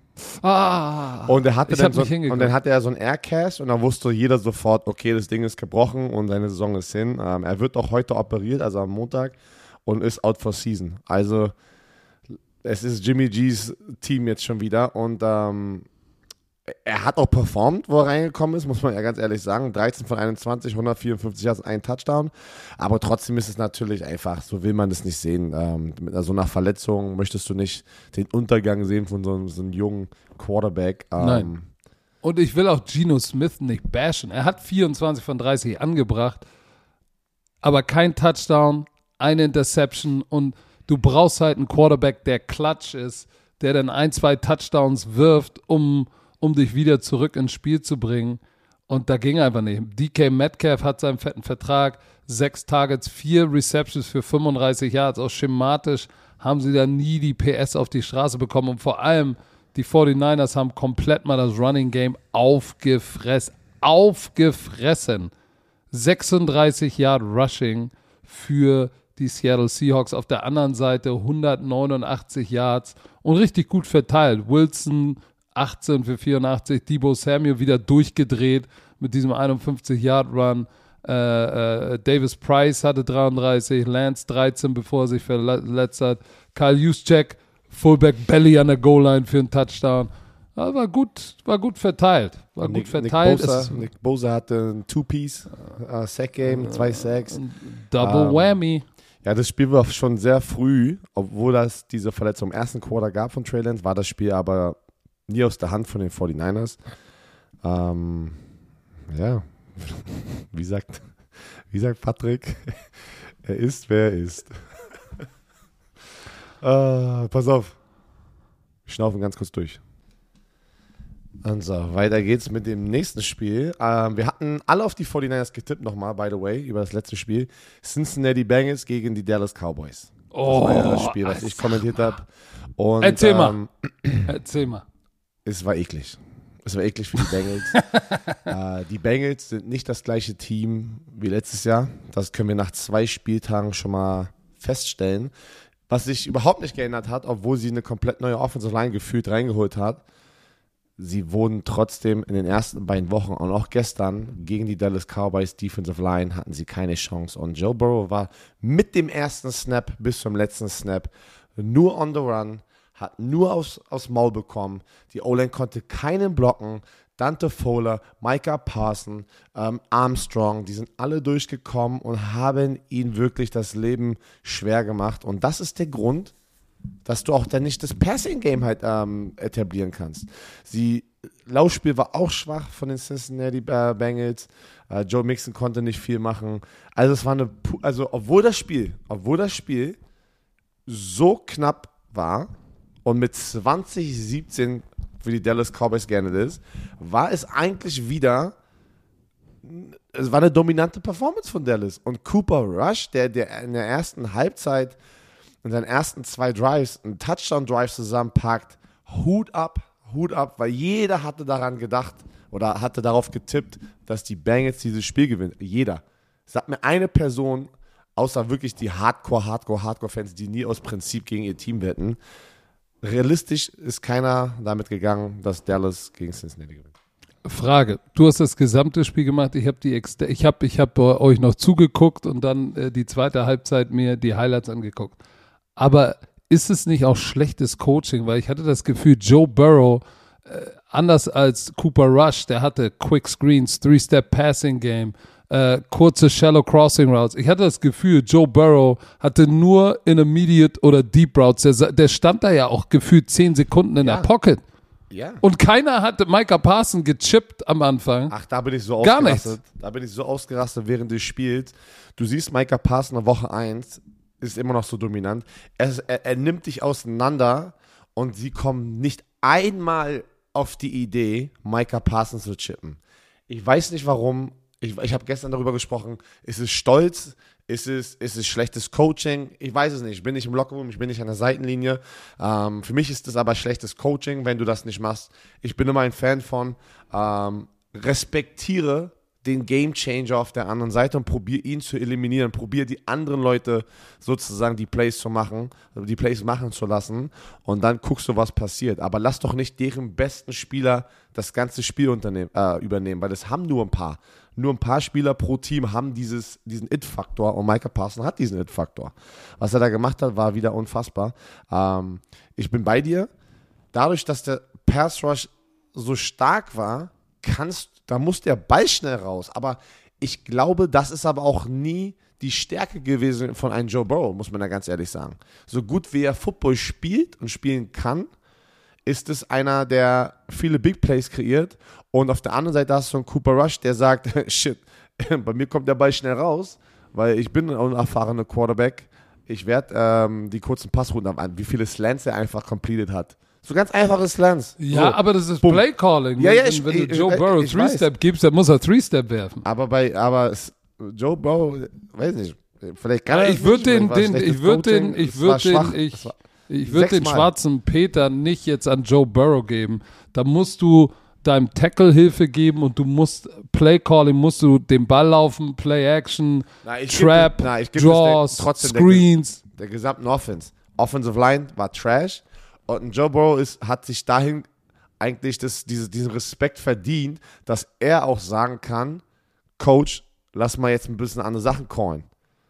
Ah, und er hatte dann so, und dann hatte er so ein Aircast und dann wusste jeder sofort, okay, das Ding ist gebrochen und seine Saison ist hin. Ähm, er wird auch heute operiert, also am Montag, und ist out for season. Also es ist Jimmy G's Team jetzt schon wieder und ähm, er hat auch performt, wo er reingekommen ist, muss man ja ganz ehrlich sagen. dreizehn von einundzwanzig, hundertvierundfünfzig Yards, ein Touchdown. Aber trotzdem ist es natürlich einfach, so will man das nicht sehen. Ähm, mit so einer Verletzung möchtest du nicht den Untergang sehen von so, so einem jungen Quarterback. Ähm, Nein. Und ich will auch Geno Smith nicht bashen. Er hat vierundzwanzig von dreißig angebracht, aber kein Touchdown, eine Interception und du brauchst halt einen Quarterback, der clutch ist, der dann ein, zwei Touchdowns wirft, um um dich wieder zurück ins Spiel zu bringen. Und da ging einfach nicht. D K Metcalf hat seinen fetten Vertrag, sechs Targets, vier Receptions für fünfunddreißig Yards. Auch schematisch haben sie da nie die P S auf die Straße bekommen. Und vor allem die forty-niners haben komplett mal das Running Game aufgefressen. Aufgefressen. sechsunddreißig Yard Rushing für die Seattle Seahawks. Auf der anderen Seite hundertneunundachtzig Yards und richtig gut verteilt. Wilson achtzehn für vierundachtzig, Deebo Samuel wieder durchgedreht mit diesem einundfünfzig Yard Run. Äh, äh, Davis Price hatte dreiunddreißig, Lance dreizehn, bevor er sich verletzt hat. Kyle Juszczyk, Fullback Belly an der Goal-Line für einen Touchdown. Ja, war gut, war gut verteilt. War Und gut Nick, verteilt. Nick Bosa, Nick Bosa hatte ein Two-Piece, uh, Sack-Game, zwei Sacks. Double um, Whammy. Ja, das Spiel war schon sehr früh, obwohl es diese Verletzung im ersten Quarter gab von Trey Lance, war das Spiel aber nie aus der Hand von den forty-niners. Ähm, ja, wie sagt, wie sagt Patrick, er ist, wer er ist. uh, pass auf, wir schnaufen ganz kurz durch. Und so, weiter geht's mit dem nächsten Spiel. Ähm, wir hatten alle auf die forty-niners getippt nochmal, by the way, über das letzte Spiel. Cincinnati Bengals gegen die Dallas Cowboys. Oh, das war ja das Spiel, was ich kommentiert habe. Erzähl ähm, mal. Erzähl mal. Es war eklig. Es war eklig für die Bengals. äh, die Bengals sind nicht das gleiche Team wie letztes Jahr. Das können wir nach zwei Spieltagen schon mal feststellen. Was sich überhaupt nicht geändert hat, obwohl sie eine komplett neue Offensive Line gefühlt reingeholt hat. Sie wurden trotzdem in den ersten beiden Wochen und auch gestern gegen die Dallas Cowboys Defensive Line hatten sie keine Chance. Und Joe Burrow war mit dem ersten Snap bis zum letzten Snap nur on the run, hat nur aufs, aufs Maul bekommen. Die O-Line konnte keinen blocken. Dante Fowler, Micah Parsons, ähm, Armstrong, die sind alle durchgekommen und haben ihnen wirklich das Leben schwer gemacht. Und das ist der Grund, dass du auch dann nicht das Passing-Game halt ähm, etablieren kannst. Sie, Laufspiel war auch schwach von den Cincinnati äh, Bengals. Äh, Joe Mixon konnte nicht viel machen. Also es war eine, also obwohl das Spiel, obwohl das Spiel so knapp war und mit zwanzig siebzehn für die Dallas Cowboys geendet ist, war es eigentlich wieder, es war eine dominante Performance von Dallas. Und Cooper Rush, der, der in der ersten Halbzeit in seinen ersten zwei Drives einen Touchdown-Drive zusammenpackt, Hut ab, Hut ab, weil jeder hatte daran gedacht oder hatte darauf getippt, dass die Bengals dieses Spiel gewinnen. Jeder. Sag mir eine Person, außer wirklich die Hardcore, Hardcore, Hardcore-Fans, die nie aus Prinzip gegen ihr Team wetten. Realistisch ist keiner damit gegangen, dass Dallas gegen Cincinnati gewinnt. Frage, du hast das gesamte Spiel gemacht, ich habe die Ex- ich habe ich hab euch noch zugeguckt und dann äh, die zweite Halbzeit mir die Highlights angeguckt. Aber ist es nicht auch schlechtes Coaching? Weil ich hatte das Gefühl, Joe Burrow, äh, anders als Cooper Rush, der hatte Quick Screens, Three-Step-Passing-Game, äh, kurze Shallow Crossing Routes. Ich hatte das Gefühl, Joe Burrow hatte nur Intermediate oder Deep Routes. Der, der stand da ja auch gefühlt zehn Sekunden in Ja. der Pocket. Ja. Und keiner hatte Micah Parsons gechippt am Anfang. Ach, da bin ich so Gar ausgerastet. nichts. Da bin ich so ausgerastet während des Spiels. Du siehst Micah Parsons in Woche eins, ist immer noch so dominant. Er, er, er nimmt dich auseinander und sie kommen nicht einmal auf die Idee, Micah Parsons zu chippen. Ich weiß nicht warum. Ich, ich habe gestern darüber gesprochen. Ist es Stolz? Ist es, ist es schlechtes Coaching? Ich weiß es nicht. Ich bin nicht im Lockerroom, ich bin nicht an der Seitenlinie. Ähm, für mich ist es aber schlechtes Coaching, wenn du das nicht machst. Ich bin immer ein Fan von ähm, respektiere den Gamechanger auf der anderen Seite und probier ihn zu eliminieren. Probier die anderen Leute sozusagen die Plays zu machen, die Plays machen zu lassen und dann guckst du, was passiert. Aber lass doch nicht deren besten Spieler das ganze Spiel unternehmen, äh, übernehmen, weil das haben nur ein paar. Nur ein paar Spieler pro Team haben dieses, diesen It-Faktor und Micah Parsons hat diesen It-Faktor. Was er da gemacht hat, war wieder unfassbar. Ähm, ich bin bei dir. Dadurch, dass der Pass-Rush so stark war, kannst, da muss der Ball schnell raus. Aber ich glaube, das ist aber auch nie die Stärke gewesen von einem Joe Burrow, muss man da ganz ehrlich sagen. So gut wie er Football spielt und spielen kann, ist es einer, der viele Big Plays kreiert. Und auf der anderen Seite hast du einen Cooper Rush, der sagt, shit, bei mir kommt der Ball schnell raus, weil ich bin ein unerfahrener Quarterback. Ich werde ähm, die kurzen Passrouten haben. Wie viele Slants er einfach completed hat. So ganz einfache Slants. Ja, so. aber das ist Bumm. Play Calling. Ja, ja, wenn ich- wenn du ich- Joe ich- Burrow ich Three-Step gibst, dann muss er Three-Step werfen. Aber bei, aber es, Joe Burrow, weiß nicht, vielleicht kann er Ich es würde nicht, den, vielleicht war den, schlechtes ich würde den, Coaching, ich es war würde schwach, den, ich, es war- ich würde den sechsmal. schwarzen Peter nicht jetzt an Joe Burrow geben. Da musst du deinem Tackle Hilfe geben und du musst Play Calling, musst du den Ball laufen, Play Action, Na, ich geb Trap, es- na, ich geb es der- Draws, trotzdem der- Screens. Der gesamten Offense. Offensive Line war Trash und ein Joe Burrow ist, hat sich dahin eigentlich das, diese, diesen Respekt verdient, dass er auch sagen kann, Coach, lass mal jetzt ein bisschen andere Sachen callen.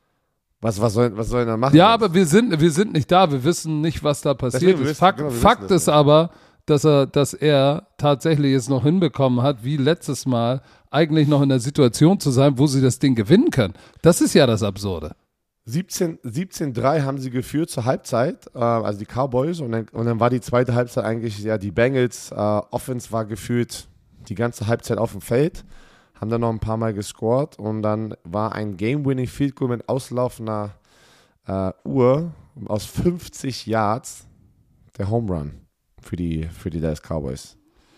Was, was, soll, was soll er dann machen? Ja, aber wir sind, wir sind nicht da, wir wissen nicht, was da passiert Deswegen, wir ist. wissen- Fakt, genau, wir Fakt wissen das ist aber, dass er, dass er tatsächlich es noch hinbekommen hat, wie letztes Mal, eigentlich noch in der Situation zu sein, wo sie das Ding gewinnen können. Das ist ja das Absurde. siebzehn siebzehn drei haben sie geführt zur Halbzeit, äh, also die Cowboys, und dann, und dann war die zweite Halbzeit eigentlich, ja, die Bengals, äh, Offense war geführt die ganze Halbzeit auf dem Feld, haben dann noch ein paar Mal gescored und dann war ein Game-Winning Field Goal mit auslaufender äh, Uhr aus fünfzig Yards der Home Run für die, für die Dallas Cowboys.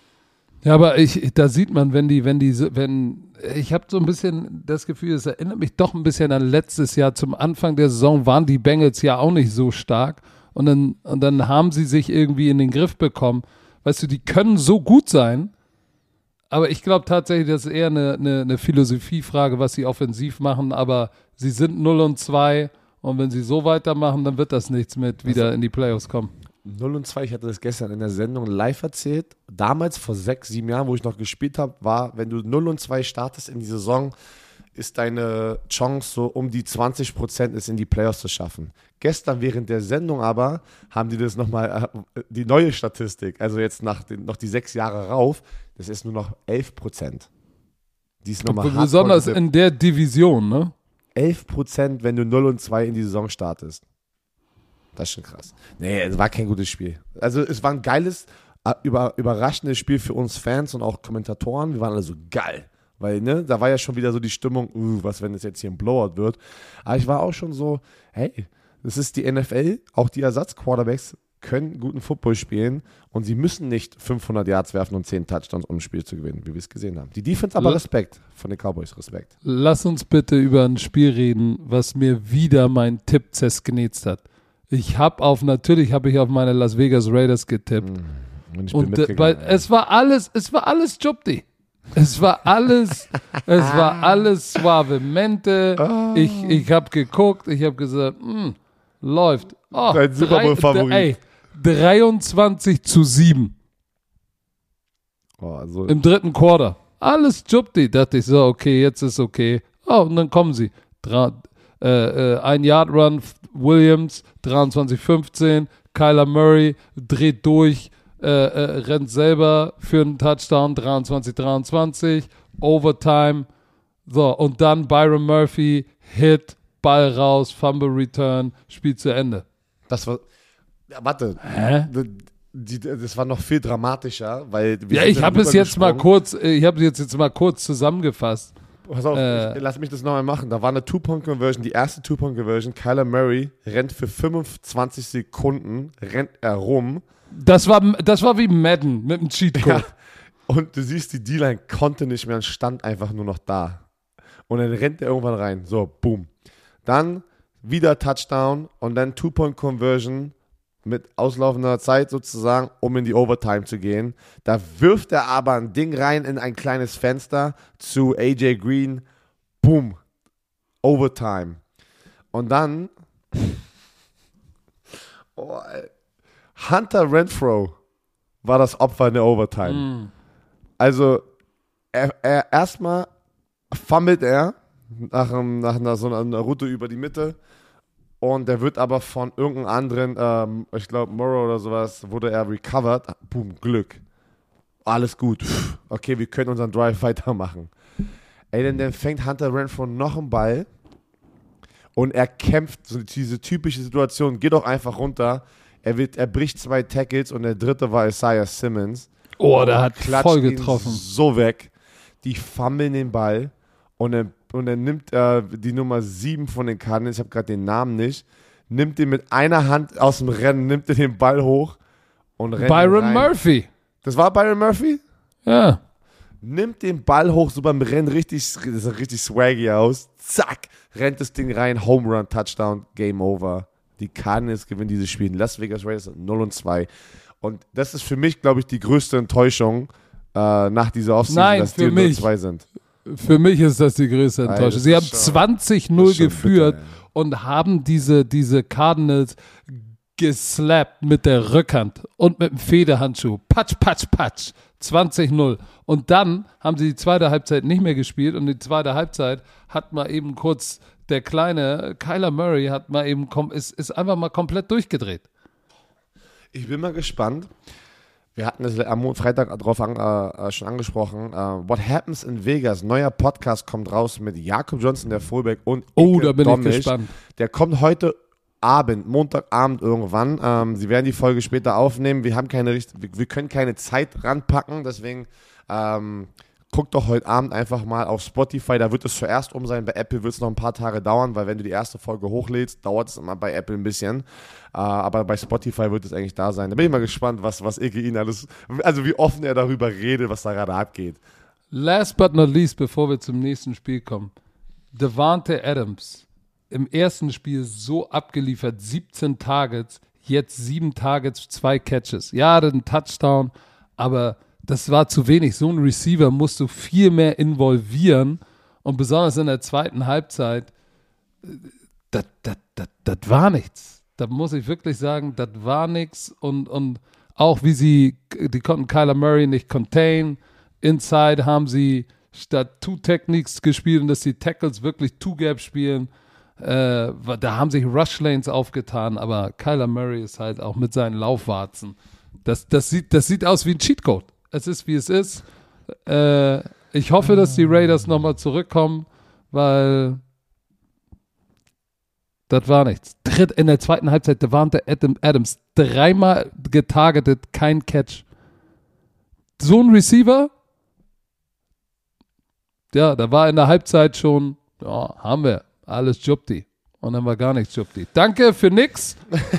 Ja, aber ich, da sieht man, wenn die, wenn die, wenn, ich habe so ein bisschen das Gefühl, es erinnert mich doch ein bisschen an letztes Jahr. Zum Anfang der Saison waren die Bengals ja auch nicht so stark und dann, und dann haben sie sich irgendwie in den Griff bekommen. Weißt du, die können so gut sein, aber ich glaube tatsächlich, das ist eher eine, eine, eine Philosophiefrage, was sie offensiv machen, aber sie sind null und zwei und wenn sie so weitermachen, dann wird das nichts mit wieder in die Playoffs kommen. null und zwei, ich hatte das gestern in der Sendung live erzählt. Damals, vor sechs, sieben Jahren, wo ich noch gespielt habe, war, wenn du null und zwei startest in die Saison, ist deine Chance so um die zwanzig Prozent, es in die Playoffs zu schaffen. Gestern während der Sendung aber haben die das nochmal, äh, die neue Statistik, also jetzt nach den, noch die sechs Jahre rauf, das ist nur noch elf Prozent. Die ist nochmal hardcore Besonders gedippt. in der Division, ne? elf Prozent, wenn du null und zwei in die Saison startest. Das ist schon krass. Nee, es war kein gutes Spiel. Also es war ein geiles, äh, über, überraschendes Spiel für uns Fans und auch Kommentatoren. Wir waren alle so geil. Weil, ne, da war ja schon wieder so die Stimmung, uh, was, wenn es jetzt hier ein Blowout wird. Aber ich war auch schon so, hey, das ist die N F L, auch die Ersatzquarterbacks können guten Football spielen und sie müssen nicht fünfhundert Yards werfen und zehn Touchdowns, um ein Spiel zu gewinnen, wie wir es gesehen haben. Die Defense aber La- Respekt, von den Cowboys Respekt. Lass uns bitte über ein Spiel reden, was mir wieder mein Tipp zersknetzt hat. Ich habe auf, natürlich habe ich auf meine Las Vegas Raiders getippt. Und ich bin Und äh, mitgegangen. weil es war alles, es war alles Jobdi. Es war alles, es war alles Suavemente. Ich, ich habe geguckt, ich habe gesagt, hm, läuft. Oh, Dein Super Bowl-Favorit. Ey, dreiundzwanzig zu sieben oh, also, im dritten Quarter. Alles Jubdi. Dachte ich so, okay, jetzt ist okay. Oh, und dann kommen sie. Dra äh, äh, ein Yard Run, Williams, dreiundzwanzig fünfzehn. Kyler Murray dreht durch, äh, äh, rennt selber für einen Touchdown, dreiundzwanzig dreiundzwanzig. Overtime. So, und dann Byron Murphy, Hit, Ball raus, Fumble Return, Spiel zu Ende. das war. Ja, warte. Hä? Die, die, das war noch viel dramatischer, weil. wir Ja, sind ich dann habe es jetzt mal rübergesprungen. kurz, äh, ich habe es jetzt, jetzt mal kurz zusammengefasst. Pass auf, äh, ich, lass mich das nochmal machen. Da war eine Two-Point-Conversion, die erste Two-Point-Conversion. Kyler Murray rennt für fünfundzwanzig Sekunden, rennt er rum. Das war, das war wie Madden mit dem Cheatcode. Ja, und du siehst, die D-Line konnte nicht mehr und stand einfach nur noch da. Und dann rennt er irgendwann rein. So, boom. Dann wieder Touchdown und dann Two-Point-Conversion mit auslaufender Zeit sozusagen, um in die Overtime zu gehen. Da wirft er aber ein Ding rein in ein kleines Fenster zu A J Green. Boom. Overtime. Und dann oh, ey. Hunter Renfrow war das Opfer in der Overtime. Mm. Also, er, er erstmal fummelt er nach, einem, nach einer, so einer, einer Route über die Mitte und der wird aber von irgendeinem anderen, ähm, ich glaube Morrow oder sowas, wurde er recovered. Boom, Glück. Alles gut. Pff, okay, wir können unseren Drive weitermachen. Ey, denn dann fängt Hunter Renfrow noch einen Ball und er kämpft, so diese typische Situation, geht doch einfach runter. Er, wird, er bricht zwei Tackles und der dritte war Isaiah Simmons. Oh, der hat Klatscht voll ihn getroffen. so weg. Die fummeln den Ball und er, und er nimmt äh, die Nummer sieben von den Cardinals, ich habe gerade den Namen nicht, nimmt den mit einer Hand aus dem Rennen, nimmt er den Ball hoch und rennt Byron rein. Murphy. Das war Byron Murphy? Ja. Nimmt den Ball hoch, so beim Rennen richtig, das sah richtig swaggy aus. Zack, rennt das Ding rein, Home Run, Touchdown, Game Over. Die Cardinals gewinnen dieses Spiel. Las Vegas Raiders sind null und zwei. Und das ist für mich, glaube ich, die größte Enttäuschung äh, nach dieser Offseason, Nein, dass für die null mich. zwei sind. Für mich ist das die größte Alter, Enttäuschung. das Sie ist haben schon- zwanzig null das ist schon geführt bitter, ey. und haben diese, diese Cardinals geslappt mit der Rückhand und mit dem Federhandschuh. Patsch, patsch, patsch. zwanzig null. Und dann haben sie die zweite Halbzeit nicht mehr gespielt und die zweite Halbzeit hat mal eben kurz der kleine Kyler Murray hat mal eben kom- ist, ist einfach mal komplett durchgedreht. Ich bin mal gespannt. Wir hatten es am Mo- Freitag drauf an, äh, schon angesprochen. Uh, What Happens in Vegas? Neuer Podcast kommt raus mit Jakob Johnson, der Fullback, und Oh, Ike da bin Domisch. ich gespannt. Der kommt heute Abend, Montagabend irgendwann. Ähm, sie werden die Folge später aufnehmen. Wir haben keine Richt- wir, wir können keine Zeit ranpacken, deswegen ähm, guck doch heute Abend einfach mal auf Spotify. Da wird es zuerst um sein. Bei Apple wird es noch ein paar Tage dauern, weil wenn du die erste Folge hochlädst, dauert es immer bei Apple ein bisschen. Äh, aber bei Spotify wird es eigentlich da sein. Da bin ich mal gespannt, was, was Ike ihn alles, also wie offen er darüber redet, was da gerade abgeht. Last but not least, bevor wir zum nächsten Spiel kommen. Davante Adams. Im ersten Spiel so abgeliefert, siebzehn Targets, jetzt sieben Targets, zwei Catches. Ja, ein Touchdown, aber das war zu wenig. So ein Receiver musst du viel mehr involvieren und besonders in der zweiten Halbzeit, das, das, das, das war nichts. Da muss ich wirklich sagen, das war nichts und, und auch wie sie, die konnten Kyler Murray nicht contain. Inside haben sie statt Two-Techniques gespielt und dass die Tackles wirklich Two-Gap spielen. Äh, da haben sich Rush-Lanes aufgetan, aber Kyler Murray ist halt auch mit seinen Laufwarzen. Das, das, sieht, das sieht aus wie ein Cheatcode. Es ist, wie es ist. Äh, ich hoffe, dass die Raiders nochmal zurückkommen, weil das war nichts. Dritt in der zweiten Halbzeit, Davante Adams dreimal getargetet, kein Catch. So ein Receiver, ja, da war in der Halbzeit schon, ja, haben wir, alles Jupti. Und dann war gar nichts Jupti. Danke für nix.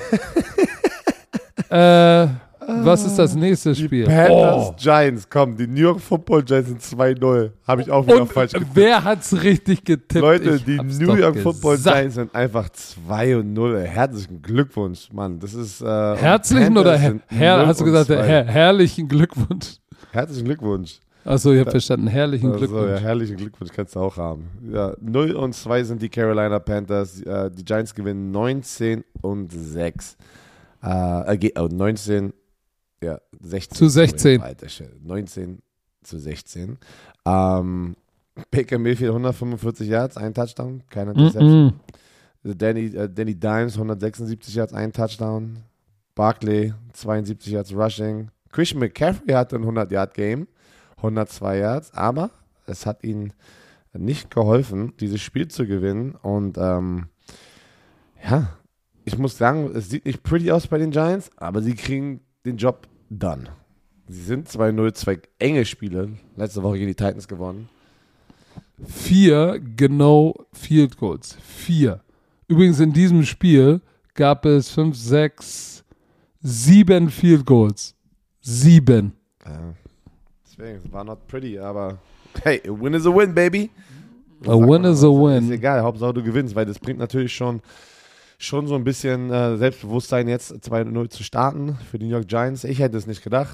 äh, was ist das nächste Spiel? Panthers Oh. Giants, komm, die New York Football Giants sind zwei null. Habe ich auch wieder Und falsch getippt. wer hat's richtig getippt? Leute, Ich die hab's New doch York Football gesagt. Giants sind einfach zwei und null. Ey. Herzlichen Glückwunsch, Mann. Das ist äh, Herzlichen Panthers oder her sind her null hast du und gesagt, zwei. her herrlichen Glückwunsch. Herzlichen Glückwunsch. Achso, ich habe verstanden. Herrlichen Also, Glückwunsch. ja, herrlichen Glückwunsch kannst du auch haben. Ja, null und zwei sind die Carolina Panthers. Äh, die Giants gewinnen neunzehn und sechs. Äh, äh, oh, neunzehn, ja, sechzehn. Zu sechzehn. Alter, shit. neunzehn zu sechzehn. Ähm, Baker Mayfield hundertfünfundvierzig Yards, ein Touchdown, keine Interception. Mm -mm. Danny, äh, Danny Dimes hundertsechsundsiebzig Yards, ein Touchdown. Barkley zweiundsiebzig Yards Rushing. Christian McCaffrey hatte ein hundert Yard Game, hundertzwei Yards, aber es hat ihnen nicht geholfen, dieses Spiel zu gewinnen. Und ähm, ja, ich muss sagen, es sieht nicht pretty aus bei den Giants, aber sie kriegen den Job done. Sie sind zwei null, zwei enge Spiele. Letzte Woche gegen die Titans gewonnen. Vier genau Field Goals. Vier. Übrigens in diesem Spiel gab es fünf, sechs, sieben Field Goals. Sieben. Ja, deswegen, es war not pretty, aber hey, a win is a win, baby. A win is a Ist win. egal, Hauptsache du gewinnst, weil das bringt natürlich schon, schon so ein bisschen äh, Selbstbewusstsein, jetzt zwei null zu starten für die New York Giants. Ich hätte es nicht gedacht.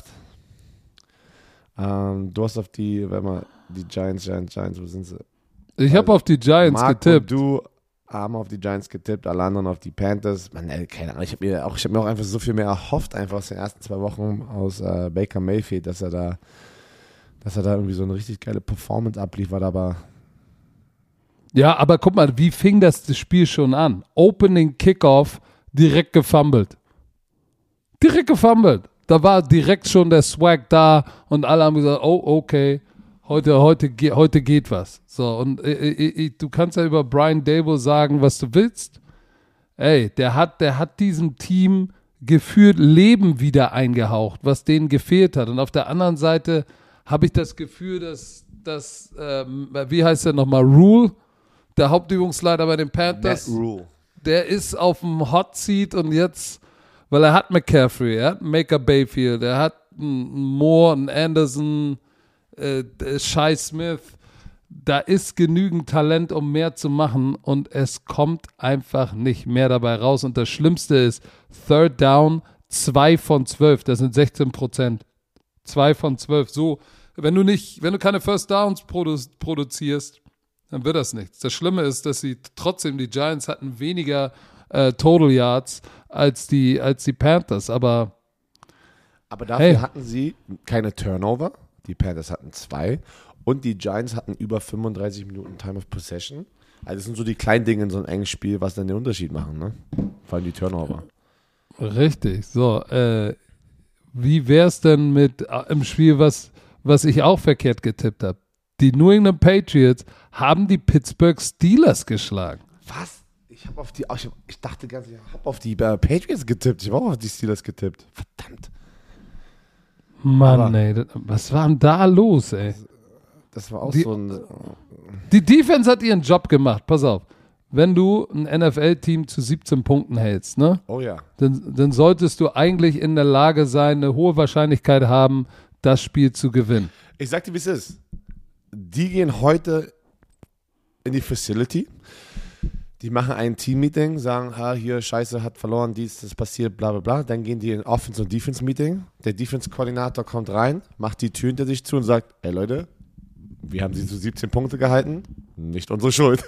Ähm, du hast auf die, wenn man die Giants, Giants, Giants, wo sind sie? Ich habe auf die Giants Marc getippt. und du haben auf die Giants getippt, alle anderen auf die Panthers. Man, ey, keine Ahnung, ich habe mir, auch- ich hab mir auch einfach so viel mehr erhofft, einfach aus den ersten zwei Wochen aus äh, Baker Mayfield, dass er da dass er da irgendwie so eine richtig geile Performance abliefert, aber Ja, aber guck mal, wie fing das, das Spiel schon an? Opening Kickoff, direkt gefummelt. Direkt gefummelt. Da war direkt schon der Swag da und alle haben gesagt, oh, okay, heute, heute, ge- heute geht was. So, und äh, äh, äh, du kannst ja über Brian Dable sagen, was du willst. Ey, der hat, der hat diesem Team gefühlt Leben wieder eingehaucht, was denen gefehlt hat. Und auf der anderen Seite habe ich das Gefühl, dass, dass ähm, wie heißt der nochmal, Rule, der Hauptübungsleiter bei den Panthers, Matt Rule. der ist auf dem Hot Seat und jetzt Weil er hat McCaffrey, er hat Baker Mayfield, er hat einen Moore, einen Anderson, äh, Shai Smith. Da ist genügend Talent, um mehr zu machen und es kommt einfach nicht mehr dabei raus. Und das Schlimmste ist, Third Down, zwei von zwölf, das sind sechzehn Prozent. zwei von zwölf, so, wenn du nicht, wenn du keine First Downs produ- produzierst, dann wird das nichts. Das Schlimme ist, dass sie trotzdem, die Giants hatten weniger äh, Total Yards als die, als die Panthers, aber Aber dafür hey. hatten sie keine Turnover, die Panthers hatten zwei und die Giants hatten über fünfunddreißig Minuten Time of Possession. Also das sind so die kleinen Dinge in so einem engen Spiel, was dann den Unterschied machen, ne? Vor allem die Turnover. Richtig, so, äh, wie wär's denn mit äh, im Spiel, was, was ich auch verkehrt getippt habe? Die New England Patriots haben die Pittsburgh Steelers geschlagen. Was? Ich habe auf die, ich, hab, ich dachte ganz, ich habe auf die äh, Patriots getippt. Ich habe auch auf die Steelers getippt. Verdammt. Mann, Aber- ey, das, was war denn da los, ey? Das war auch Die- so ein. Die Defense hat ihren Job gemacht, pass auf. Wenn du ein N F L-Team zu siebzehn Punkten hältst, ne, Oh ja. dann, dann solltest du eigentlich in der Lage sein, eine hohe Wahrscheinlichkeit haben, das Spiel zu gewinnen. Ich sag dir, wie es ist. Die gehen heute in die Facility. Die machen ein Team-Meeting, sagen, ah, hier, Scheiße, hat verloren, dies, das passiert, bla bla bla. Dann gehen die in Offense- und Defense-Meeting. Der Defense-Koordinator kommt rein, macht die Tür hinter sich zu und sagt, ey Leute, wir haben sie zu siebzehn Punkte gehalten, nicht unsere Schuld.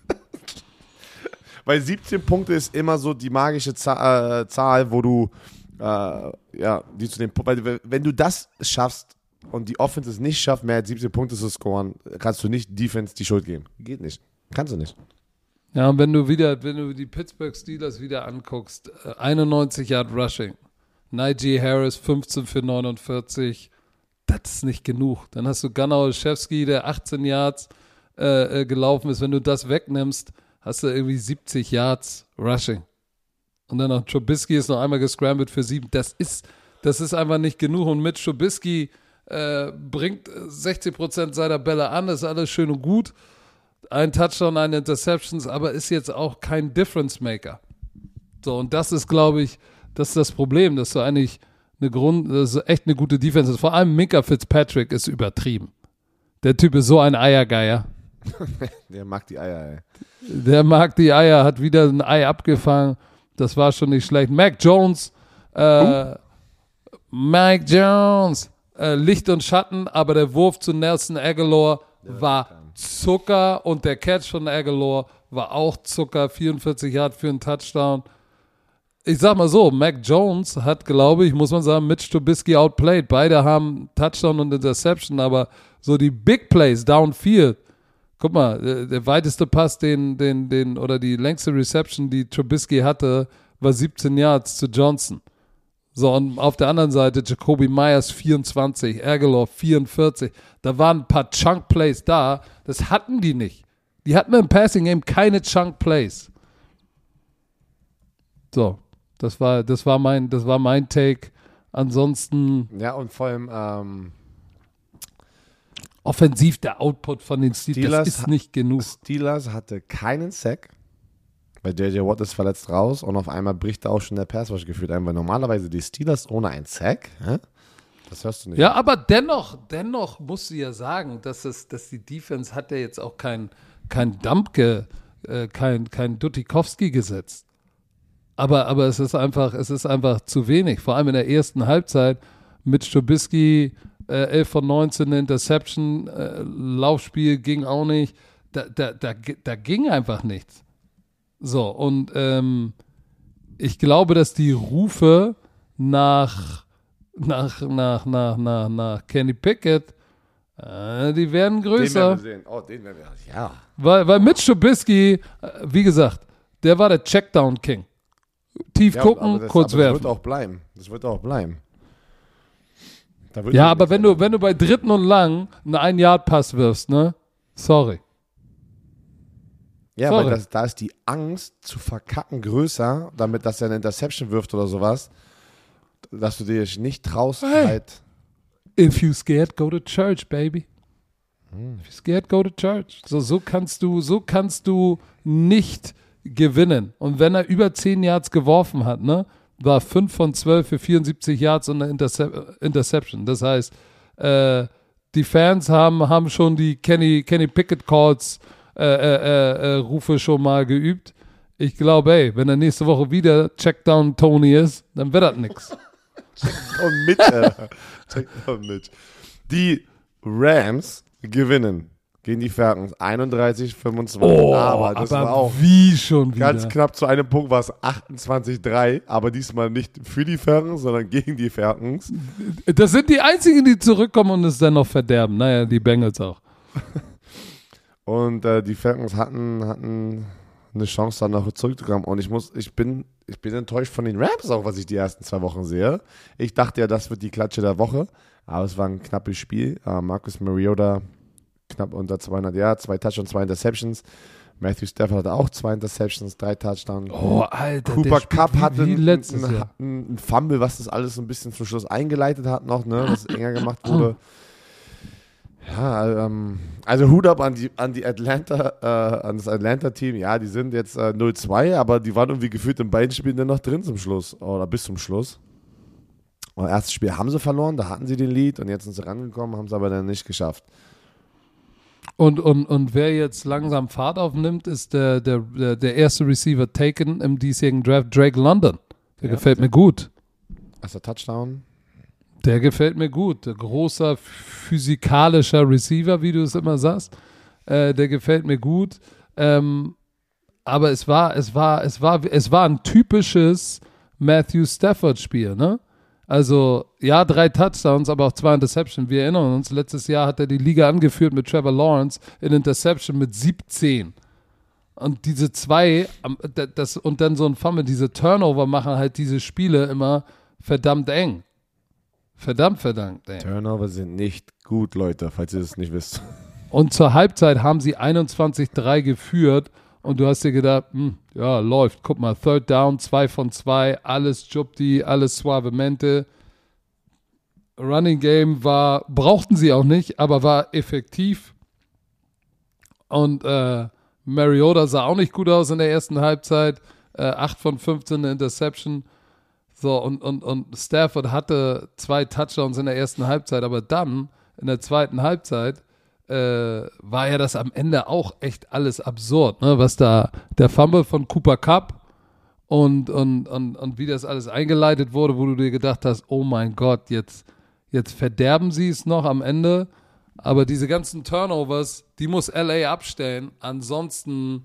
Weil siebzehn Punkte ist immer so die magische Zahl, äh, Zahl wo du, äh, ja, die zu den, weil wenn du das schaffst und die Offense es nicht schafft, mehr als siebzehn Punkte zu scoren, kannst du nicht Defense die Schuld geben. Geht nicht. Kannst du nicht. Ja, und wenn du wieder, wenn du die Pittsburgh Steelers wieder anguckst, äh, einundneunzig Yard Rushing, Najee Harris fünfzehn für neunundvierzig, das ist nicht genug. Dann hast du Gunnar Olszewski, der achtzehn Yards äh, äh, gelaufen ist. Wenn du das wegnimmst, hast du irgendwie siebzig Yards Rushing. Und dann noch Trubisky ist noch einmal gescrambled für sieben. Das ist, das ist einfach nicht genug. Und mit Trubisky äh, bringt sechzig Prozent seiner Bälle an, das ist alles schön und gut. Ein Touchdown, eine Interceptions, aber ist jetzt auch kein Difference Maker. So, und das ist, glaube ich, das ist das Problem, dass du eigentlich eine Grund, das ist echt eine gute Defense ist. Vor allem Minka Fitzpatrick ist übertrieben. Der Typ ist so ein Eiergeier. Der mag die Eier, ey. Der mag die Eier, hat wieder ein Ei abgefangen. Das war schon nicht schlecht. Mac Jones, äh, Mike Jones, äh, Licht und Schatten, aber der Wurf zu Nelson Aguilar war Zucker und der Catch von Aguilar war auch Zucker, vierundvierzig Yard für einen Touchdown. Ich sag mal so, Mac Jones hat, glaube ich, muss man sagen, Mitch Trubisky outplayed. Beide haben Touchdown und Interception, aber so die Big Plays downfield, guck mal, der, der weiteste Pass, den, den, den, oder die längste Reception, die Trubisky hatte, war siebzehn Yards zu Johnson. So, und auf der anderen Seite Jacoby Myers vierundzwanzig, Aguilar vierundvierzig. Da waren ein paar Chunk-Plays da, das hatten die nicht. Die hatten im Passing-Game keine Chunk-Plays. So, das war, das war mein, das war mein Take. Ansonsten Ja, und vor allem, ähm, offensiv der Output von den Steelers, Steelers das ist nicht genug. Steelers hatte keinen Sack, weil J J Watt ist verletzt raus und auf einmal bricht da auch schon der Passwash gefühlt ein, weil normalerweise die Steelers ohne einen Sack, hä? Das hörst du nicht. Ja, aber dennoch, dennoch musst du ja sagen, dass es, dass die Defense hat ja jetzt auch kein, kein Dampke, äh, kein, kein Dutikowski gesetzt. Aber, aber es ist einfach, es ist einfach zu wenig. Vor allem in der ersten Halbzeit mit Trubisky, äh, elf von neunzehn, eine Interception, äh, Laufspiel ging auch nicht. Da, da, da, da ging einfach nichts. So, und ähm, ich glaube, dass die Rufe nach, nach, nach, nach, nach, nach Kenny Pickett, äh, die werden Den größer. werden wir sehen. Oh, den werden wir, ja. Weil, weil Mitch Trubisky, äh, wie gesagt, der war der Checkdown-King. Tief ja, gucken, aber das, kurz aber werfen. Das wird auch bleiben. Das wird auch bleiben. Da wird Ja, auch aber nichts wenn du, ändern. wenn du bei dritten und lang einen Ein-Yard-Pass wirfst, ne? Sorry. Ja, Sorry. weil das, da ist die Angst zu verkacken größer, damit, dass er eine Interception wirft oder sowas, dass du dir nicht traust, Hey. halt. If you scared, go to church, baby. If you scared, go to church. So, so kannst du, so kannst du nicht gewinnen. Und wenn er über zehn Yards geworfen hat, ne, war fünf von zwölf für vierundsiebzig Yards und eine Intercep- Interception. Das heißt, äh, die Fans haben, haben schon die Kenny, Kenny Pickett Calls äh, äh, äh, Rufe schon mal geübt. Ich glaube, ey, wenn er nächste Woche wieder Checkdown Tony ist, dann wird das nix. Checkdown mit, Alter. Checkdown mit. Die Rams gewinnen gegen die Falcons einunddreißig fünfundzwanzig. Oh, aber das aber war auch wie schon wieder. ganz knapp. Zu einem Punkt war es achtundzwanzig drei, aber diesmal nicht für die Falcons, sondern gegen die Falcons. Das sind die einzigen, die zurückkommen und es dann noch verderben. Naja, die Bengals auch. Und äh, die Falcons hatten, hatten eine Chance, dann noch zurückzukommen. Und ich muss, ich bin, ich bin enttäuscht von den Rams auch, was ich die ersten zwei Wochen sehe. Ich dachte ja, das wird die Klatsche der Woche, aber es war ein knappes Spiel. Uh, Marcus Mariota knapp unter zweihundert Yards, zwei Touchdowns, zwei Interceptions. Matthew Stafford hatte auch zwei Interceptions, drei Touchdowns. Oh, Alter, Cooper Kupp hatte wie, wie einen, letztes einen, Jahr. einen Fumble, was das alles so ein bisschen zum Schluss eingeleitet hat noch, ne, was enger gemacht wurde. Ja, ähm, also Hut ab an die, an die Atlanta, äh, an das Atlanta-Team. Ja, die sind jetzt äh, null zwei, aber die waren irgendwie gefühlt in beiden Spielen dann noch drin zum Schluss oder bis zum Schluss. Und erstes Spiel haben sie verloren, da hatten sie den Lead und jetzt sind sie rangekommen, haben es aber dann nicht geschafft. Und, und, und wer jetzt langsam Fahrt aufnimmt, ist der, der, der, der erste Receiver taken im diesjährigen Draft, Drake London. Der Ja, gefällt der- mir gut. Erster Touchdown. Der gefällt mir gut. Der großer, physikalischer Receiver, wie du es immer sagst. Äh, der gefällt mir gut. Ähm, aber es war, es war, es war, es war ein typisches Matthew Stafford-Spiel, ne? Also, ja, drei Touchdowns, aber auch zwei Interceptions. Wir erinnern uns, letztes Jahr hat er die Liga angeführt mit Trevor Lawrence in Interception mit siebzehn. Und diese zwei, am- da- das, und dann so ein Fumble, diese Turnover machen halt diese Spiele immer verdammt eng. Verdammt, verdammt eng. Turnover sind nicht gut, Leute, falls ihr das nicht wisst. Und zur Halbzeit haben sie einundzwanzig drei geführt und du hast dir gedacht, hm, ja, läuft. Guck mal, Third Down, zwei von zwei, alles Jupti, alles Suavemente. Running Game war, brauchten sie auch nicht, aber war effektiv. Und äh, Mariota sah auch nicht gut aus in der ersten Halbzeit. Äh, acht von fünfzehn eine Interception. So, und, und, und Stafford hatte zwei Touchdowns in der ersten Halbzeit, aber dann in der zweiten Halbzeit äh, war ja das am Ende auch echt alles absurd, ne? Was da, der Fumble von Cooper Kupp und, und, und, und wie das alles eingeleitet wurde, wo du dir gedacht hast, oh mein Gott, jetzt, jetzt verderben sie es noch am Ende, aber diese ganzen Turnovers, die muss L A abstellen, ansonsten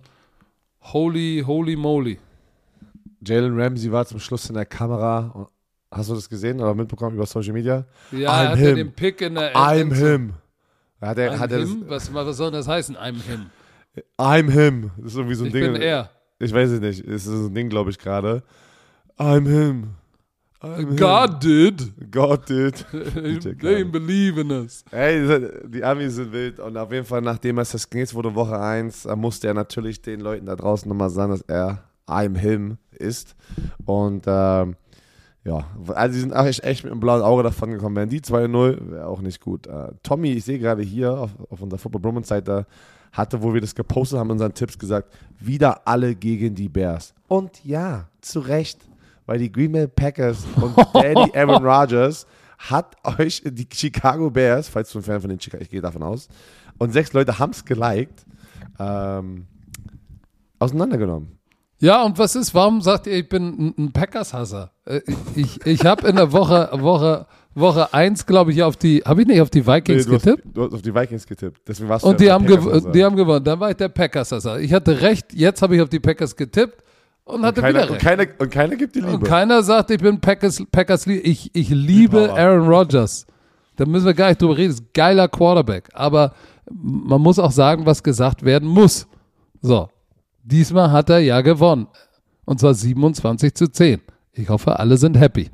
holy, holy moly. Jalen Ramsey war zum Schluss in der Kamera. Hast du das gesehen oder mitbekommen über Social Media? Ja, I'm er hat him. ja den Pick in der I'm Endzone. him. Hat er, I'm hat er him? Was, was soll das heißen, I'm him? das, I'm him. Das ist irgendwie so ein Ich Ding. bin er. Ich weiß es nicht. Es ist so ein Ding, glaube ich, gerade. I'm him. I'm God did. him. God did. They believe in us. Ey, die Amis sind wild. Und auf jeden Fall, nachdem er suspendiert wurde, Woche eins, musste er natürlich den Leuten da draußen nochmal sagen, dass er I'm him ist. Und ähm, ja, also die sind echt, echt mit einem blauen Auge davon gekommen. Wären die zwei null, wäre auch nicht gut. Äh, Tommy, ich sehe gerade hier auf, auf unserer Football Bromance Seite, hatte, wo wir das gepostet haben, in unseren Tipps gesagt, wieder alle gegen die Bears. Und ja, zu Recht, weil die Green Bay Packers und Daddy Aaron Rodgers hat euch die Chicago Bears, falls du ein Fan von den Chicago, ich gehe davon aus, und sechs Leute haben es geliked, ähm, auseinandergenommen. Ja, und was ist? Warum sagt ihr, ich bin ein, ein Packers-Hasser? Äh, Ich, ich habe in der Woche Woche Woche eins, glaube ich, auf die, habe ich nicht auf die Vikings Nee, du, getippt? hast, du hast auf die Vikings getippt. Deswegen warst du Und die der haben, Packers-Hasser. gew die haben gewonnen. Dann war ich der Packers-Hasser. Ich hatte recht, jetzt habe ich auf die Packers getippt und hatte keiner, wieder und, recht. keiner, und keiner gibt die Liebe. Und keiner sagt, ich bin Packers, Packers Lieb- ich, ich liebe Liebhaber. Aaron Rodgers. Da müssen wir gar nicht drüber reden. Ist ein geiler Quarterback. Aber man muss auch sagen, was gesagt werden muss. So. Diesmal hat er ja gewonnen. Und zwar siebenundzwanzig zu zehn. Ich hoffe, alle sind happy.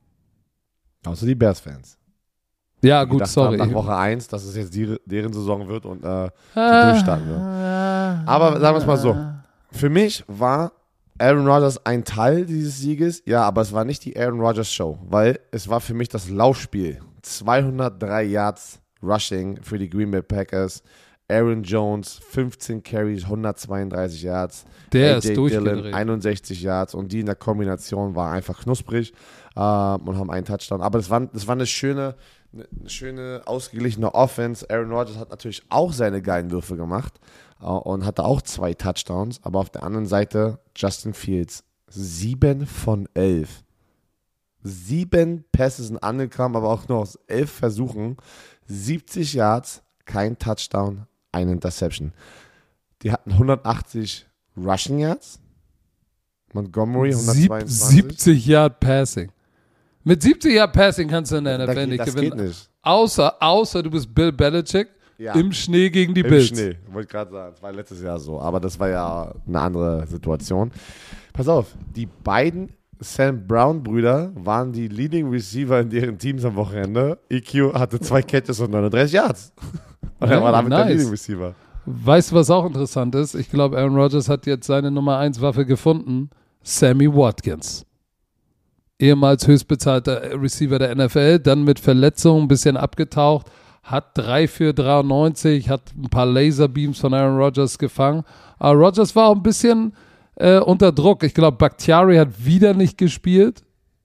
Außer die Bears-Fans. Ja, Die gut, gedacht sorry. haben nach Woche eins, dass es jetzt die, deren Saison wird und äh, sie Ah. durchstarten wird. Aber sagen wir es mal so. Für mich war Aaron Rodgers ein Teil dieses Sieges, ja, aber es war nicht die Aaron Rodgers Show, weil es war für mich das Laufspiel. zweihundertdrei Yards Rushing für die Green Bay Packers. Aaron Jones, fünfzehn Carries, hundertzweiunddreißig Yards. Der A J ist durchgedreht. Dillon, einundsechzig Yards. Und die in der Kombination war einfach knusprig äh, und haben einen Touchdown. Aber das war, das war eine schöne, eine schöne, ausgeglichene Offense. Aaron Rodgers hat natürlich auch seine geilen Würfe gemacht äh, und hatte auch zwei Touchdowns. Aber auf der anderen Seite Justin Fields, sieben von elf. Sieben Pässe sind angekommen, aber auch nur aus elf Versuchen. siebzig Yards, kein Touchdown, eine Interception. Die hatten hundertachtzig Rushing Yards. Montgomery hundertzweiundzwanzig. siebzig Yard Passing. Mit siebzig Yard Passing kannst du in der N F L nicht das gewinnen. geht nicht. Außer, außer du bist Bill Belichick Ja. im Schnee gegen die Im Bills. Schnee, wollte ich gerade sagen. Das war letztes Jahr so, aber das war ja eine andere Situation. Pass auf, die beiden Sam Brown-Brüder waren die Leading Receiver in deren Teams am Wochenende. E Q hatte zwei Catches und neununddreißig Yards. Und er Ja, war damit nice. der Leading Receiver. Weißt du, was auch interessant ist? Ich glaube, Aaron Rodgers hat jetzt seine Nummer eins Waffe gefunden. Sammy Watkins. Ehemals höchstbezahlter Receiver der N F L, dann mit Verletzungen ein bisschen abgetaucht, hat drei für dreiundneunzig, hat ein paar Laserbeams von Aaron Rodgers gefangen. Aber Rodgers war auch ein bisschen äh, unter Druck. Ich glaube, Bakhtiari hat wieder nicht gespielt.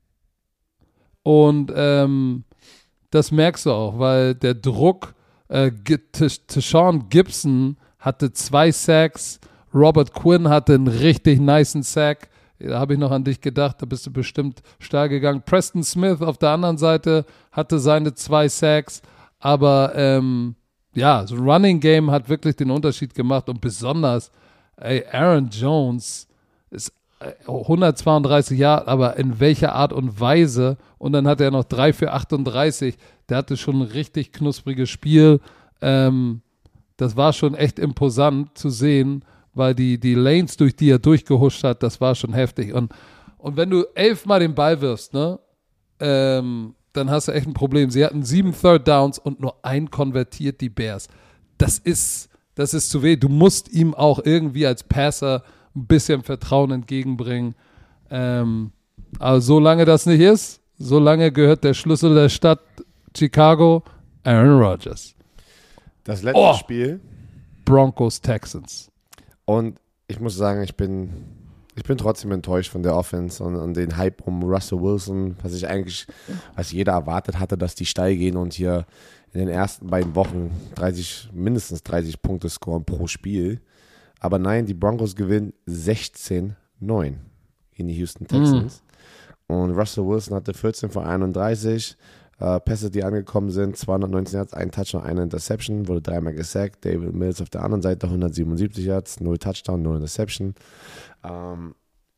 Und ähm, das merkst du auch, weil der Druck, äh, Tashawn Gibson hatte zwei Sacks, Robert Quinn hatte einen richtig nicen Sack. Da habe ich noch an dich gedacht, da bist du bestimmt steil gegangen. Preston Smith auf der anderen Seite hatte seine zwei Sacks, aber ähm, ja, so Running Game hat wirklich den Unterschied gemacht und besonders ey, Aaron Jones ist hundertzweiunddreißig Jahre, aber in welcher Art und Weise, und dann hatte er noch drei für achtunddreißig, der hatte schon ein richtig knuspriges Spiel, ähm, das war schon echt imposant zu sehen, weil die, die Lanes, durch die er durchgehuscht hat, das war schon heftig. Und, und wenn du elfmal den Ball wirfst, ne, ähm, dann hast du echt ein Problem. Sie hatten sieben Third Downs und nur ein konvertiert, die Bears. Das ist, das ist zu weh. Du musst ihm auch irgendwie als Passer ein bisschen Vertrauen entgegenbringen. Ähm, aber solange das nicht ist, solange gehört der Schlüssel der Stadt Chicago Aaron Rodgers. Das letzte Oh. Spiel. Broncos Texans. Und ich muss sagen, ich bin, ich bin trotzdem enttäuscht von der Offense und, und den Hype um Russell Wilson, was ich eigentlich, was jeder erwartet hatte, dass die steil gehen und hier in den ersten beiden Wochen dreißig, mindestens dreißig Punkte scoren pro Spiel. Aber nein, die Broncos gewinnen sechzehn neun gegen die Houston Texans. Mm. Und Russell Wilson hatte vierzehn von einunddreißig. Uh, Pässe, die angekommen sind, zweihundertneunzehn Yards, ein Touchdown, eine Interception, wurde dreimal gesackt. David Mills auf der anderen Seite, hundertsiebenundsiebzig Yards, null Touchdown, null Interception. Um,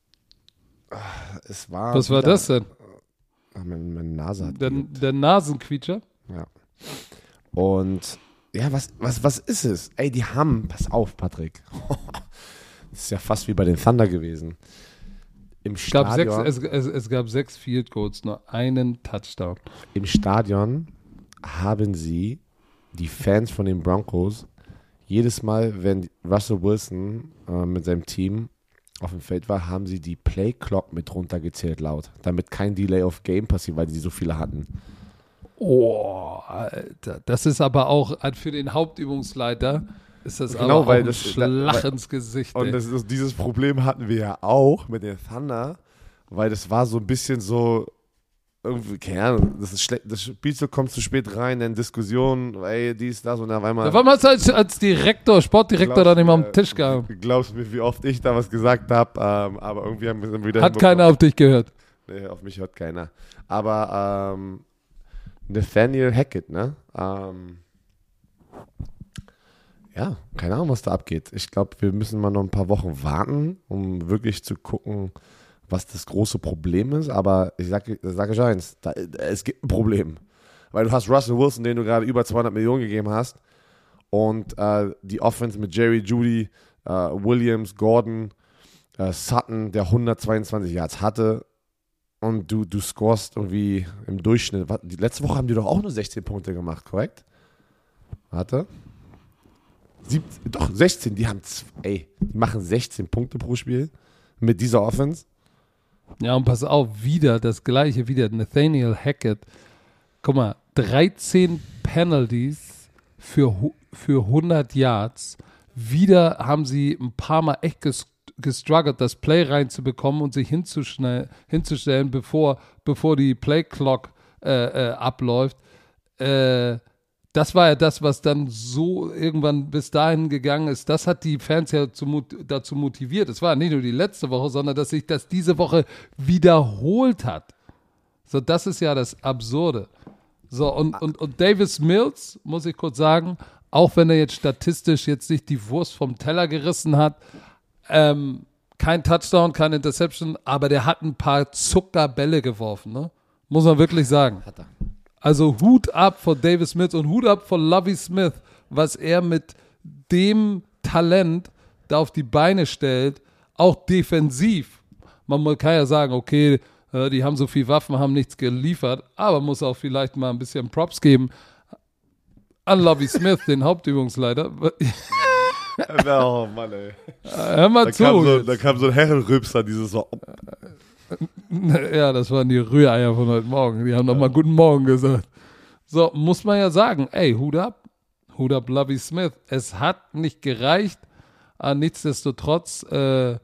es war Was war wieder, das denn? Ach, meine, meine Nase hat Der, gejuckt. der Nasenquietscher? Ja. Und ja, was, was, was ist es? Ey, die haben, pass auf, Patrick. Das ist ja fast wie bei den Thunder gewesen. Im Es gab, sechs, Stadion, es, es, es gab sechs Field Goals, nur einen Touchdown. Im Stadion haben sie, die Fans von den Broncos, jedes Mal, wenn Russell Wilson äh, mit seinem Team auf dem Feld war, haben sie die Play Clock mit runtergezählt laut, damit kein Delay of Game passiert, weil die so viele hatten. Oh, Alter. Das ist aber auch für den Hauptübungsleiter ist das Genau, aber auch weil ein das- Schlag weil- ins Gesicht. Und ey. das ist, dieses Problem hatten wir ja auch mit den Thunder, weil das war so ein bisschen so, irgendwie, keine Ahnung, das, ist schlecht, das Spielzug kommt zu spät rein, dann Diskussionen, ey, dies, das und auf einmal. Da war man als, als Direktor, Sportdirektor da nicht mal am mir- Tisch gehabt. Glaubst mir, wie oft ich da was gesagt habe, ähm, aber irgendwie haben wir es dann wieder Hat hinbekommen. keiner auf dich gehört. Nee, auf mich hört keiner. Aber ähm, Nathaniel Hackett, ne? Ähm, ja, keine Ahnung, was da abgeht. Ich glaube, wir müssen mal noch ein paar Wochen warten, um wirklich zu gucken, was das große Problem ist. Aber ich sage sag euch eins, da, es gibt ein Problem. Weil du hast Russell Wilson, den du gerade über zweihundert Millionen gegeben hast, und äh, die Offense mit Jerry Jeudy, äh, Williams, Gordon, äh, Sutton, der hundertzweiundzwanzig Yards hatte, und du, du scorest irgendwie im Durchschnitt. Was, die letzte Woche haben die doch auch nur sechzehn Punkte gemacht, korrekt? Warte. siebzehn, doch, sechzehn. Die haben, z- ey, die machen sechzehn Punkte pro Spiel mit dieser Offense. Ja, und pass auf, wieder das gleiche, wieder Nathaniel Hackett. Guck mal, dreizehn Penalties für hu- für hundert Yards. Wieder haben sie ein paar Mal echt ges- gestruggelt, das Play reinzubekommen und sich hinzuschnell, hinzustellen, bevor, bevor die Play-Clock äh, äh, abläuft. Äh, das war ja das, was dann so irgendwann bis dahin gegangen ist. Das hat die Fans ja zu, dazu motiviert. Es war nicht nur die letzte Woche, sondern dass sich das diese Woche wiederholt hat. So, das ist ja das Absurde. So, und, und, und Davis Mills, muss ich kurz sagen, auch wenn er jetzt statistisch jetzt nicht die Wurst vom Teller gerissen hat, ähm, kein Touchdown, keine Interception, aber der hat ein paar Zuckerbälle geworfen, ne? Muss man wirklich sagen. Hat er. Also Hut ab vor Davis Mills und Hut ab vor Lovie Smith, was er mit dem Talent da auf die Beine stellt, auch defensiv. Man kann ja sagen, okay, die haben so viel Waffen, haben nichts geliefert, aber muss auch vielleicht mal ein bisschen Props geben an Lovie Smith, den Hauptübungsleiter. Oh Mann, ey. Hör mal Da zu. kam, so, da kam so ein Herrenrübser, dieses so. Ja, das waren die Rühreier von heute Morgen. Die haben nochmal ja. Guten Morgen gesagt. So, muss man ja sagen, ey, Hut ab. Hut ab, Lovie Smith. Es hat nicht gereicht, aber nichtsdestotrotz, äh,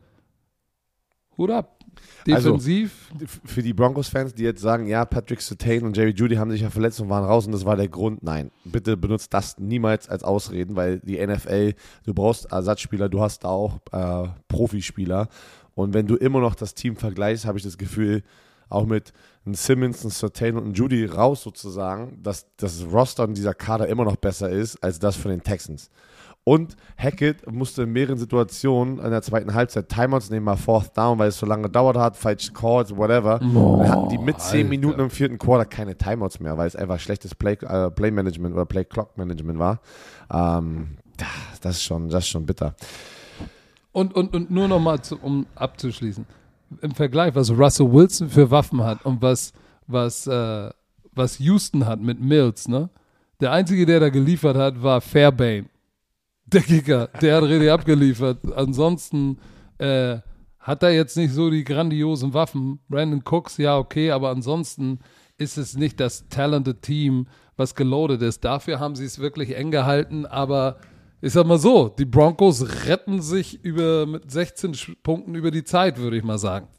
Hut ab. Defensiv. Also, für die Broncos-Fans, die jetzt sagen, ja, Patrick Surtain und Jerry Jeudy haben sich ja verletzt und waren raus und das war der Grund. Nein, bitte benutzt das niemals als Ausreden, weil die N F L, du brauchst Ersatzspieler, du hast da auch äh, Profispieler. Und wenn du immer noch das Team vergleichst, habe ich das Gefühl, auch mit einem Simmons, einem Surtain und einem Judy raus sozusagen, dass das Roster und dieser Kader immer noch besser ist als das von den Texans. Und Hackett musste in mehreren Situationen in der zweiten Halbzeit Timeouts nehmen, mal Fourth Down, weil es so lange gedauert hat, falsche Calls, whatever. Oh, dann hatten die mit zehn Alter. Minuten im vierten Quarter keine Timeouts mehr, weil es einfach schlechtes Play, äh, Play-Management oder Play-Clock-Management war. Ähm, das ist schon, das ist schon bitter. Und, und, und nur nochmal, um abzuschließen, im Vergleich, was Russell Wilson für Waffen hat und was, was, äh, was Houston hat mit Mills, ne? Der Einzige, der da geliefert hat, war Fairbairn. Der Kicker, der hat richtig abgeliefert. Ansonsten äh, hat er jetzt nicht so die grandiosen Waffen. Brandon Cooks, ja, okay, aber ansonsten ist es nicht das talented Team, was geloadet ist. Dafür haben sie es wirklich eng gehalten, aber ich sag mal so, die Broncos retten sich über mit sechzehn Punkten über die Zeit, würde ich mal sagen.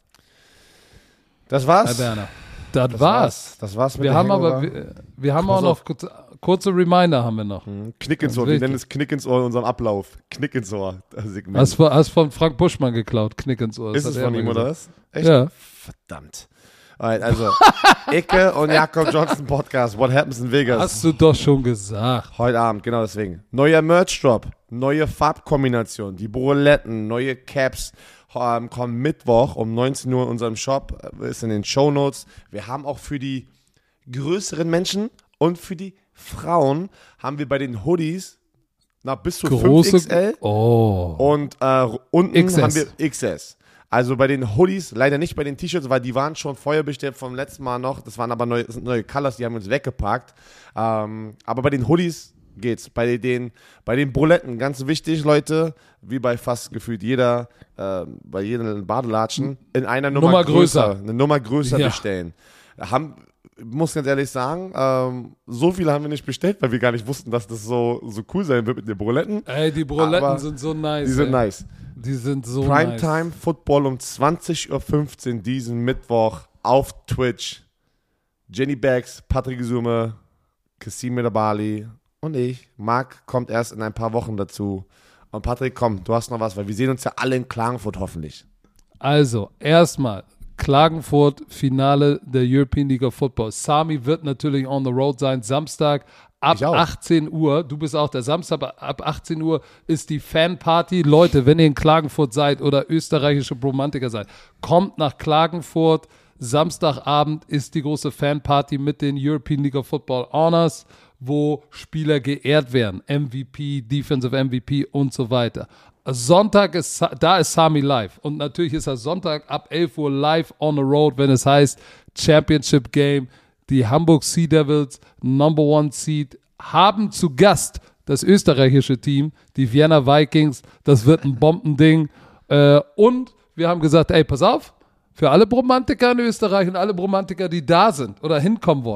Das war's. Herr Werner. Das, das war's. war's. Das war's mit wir der haben Hangover. aber wir, wir haben auch noch kurze, kurze Reminder haben wir noch. Knick ins Ohr. Wir nennen es Knick ins Ohr in unserem Ablauf. Knick ins Ohr. Segment. Hast du hast von Frank Buschmann geklaut, Knick ins Ohr. Das ist es von ihm oder was? Echt? Ja. Verdammt. Alright, also Icke und Jakob Johnson Podcast. What happens in Vegas? Hast du doch schon gesagt. Heute Abend, genau deswegen. Neuer Merch-Drop, neue Farbkombination, die Buletten, neue Caps. Ähm, kommen Mittwoch um neunzehn Uhr in unserem Shop, ist in den Shownotes. Wir haben auch für die größeren Menschen und für die Frauen haben wir bei den Hoodies na, bis zu Große, fünf X L oh. und äh, unten X S. haben wir X S. Also bei den Hoodies, leider nicht bei den T-Shirts, weil die waren schon vorher bestellt vom letzten Mal noch. Das waren aber neue, das sind neue Colors, die haben wir uns weggepackt. Ähm, aber bei den Hoodies geht's. Bei den, bei den Buletten, ganz wichtig, Leute, wie bei fast gefühlt jeder, äh, bei jedem Badelatschen, in einer Nummer, Nummer größer, größer. eine Nummer größer ja. bestellen. Haben, muss ganz ehrlich sagen, ähm, so viele haben wir nicht bestellt, weil wir gar nicht wussten, dass das so, so cool sein wird mit den Buletten. Ey, die Buletten sind so nice. Die sind ey. nice. Die sind so Primetime nice. Football um zwanzig Uhr fünfzehn diesen Mittwoch auf Twitch. Jenny Bags, Patrick Summe, Kassim Medabali und ich. Marc kommt erst in ein paar Wochen dazu. Und Patrick, komm, du hast noch was, weil wir sehen uns ja alle in Klagenfurt hoffentlich. Also, erstmal Klagenfurt, Finale der European League of Football. Sami wird natürlich on the road sein, Samstag ab achtzehn Uhr. Du bist auch der Samstag, ab achtzehn Uhr ist die Fanparty. Leute, wenn ihr in Klagenfurt seid oder österreichische Romantiker seid, kommt nach Klagenfurt. Samstagabend ist die große Fanparty mit den European League of Football Honors, wo Spieler geehrt werden. M V P, Defensive M V P und so weiter. Sonntag ist, da ist Sami live. Und natürlich ist er Sonntag ab elf Uhr live on the road, wenn es heißt Championship Game. Die Hamburg Sea Devils, Number One Seed, haben zu Gast das österreichische Team, die Vienna Vikings. Das wird ein Bombending. Äh, und wir haben gesagt, ey, pass auf, für alle Bromantiker in Österreich und alle Bromantiker, die da sind oder hinkommen wollen,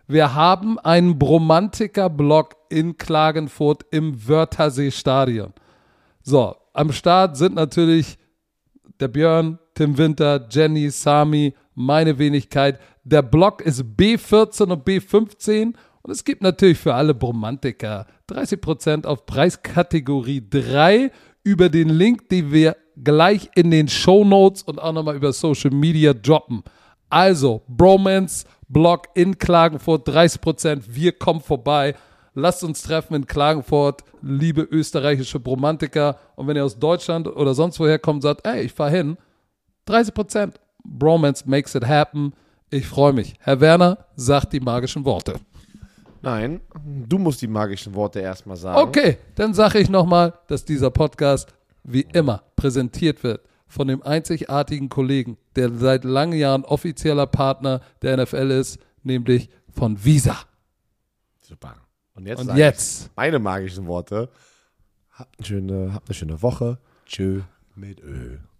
Wir haben einen Bromantiker-Block in Klagenfurt im Wörthersee-Stadion. So, am Start sind natürlich der Björn, Tim Winter, Jenny, Sami, meine Wenigkeit. Der Block ist B vierzehn und B fünfzehn und es gibt natürlich für alle Bromantiker dreißig Prozent auf Preiskategorie drei über den Link, den wir gleich in den Shownotes und auch nochmal über Social Media droppen. Also, Bromance Block in Klagenfurt, dreißig Prozent, wir kommen vorbei. Lasst uns treffen in Klagenfurt, liebe österreichische Bromantiker. Und wenn ihr aus Deutschland oder sonst woher kommt, sagt, ey, ich fahr hin, dreißig Prozent. Bromance makes it happen. Ich freue mich. Herr Werner, sagt die magischen Worte. Nein, du musst die magischen Worte erstmal sagen. Okay, dann sage ich nochmal, dass dieser Podcast wie immer präsentiert wird von dem einzigartigen Kollegen, der seit langen Jahren offizieller Partner der N F L ist, nämlich von Visa. Super. Und jetzt, Und jetzt meine magischen Worte. Habt eine schöne, habt eine schöne Woche. Tschö mit Ö.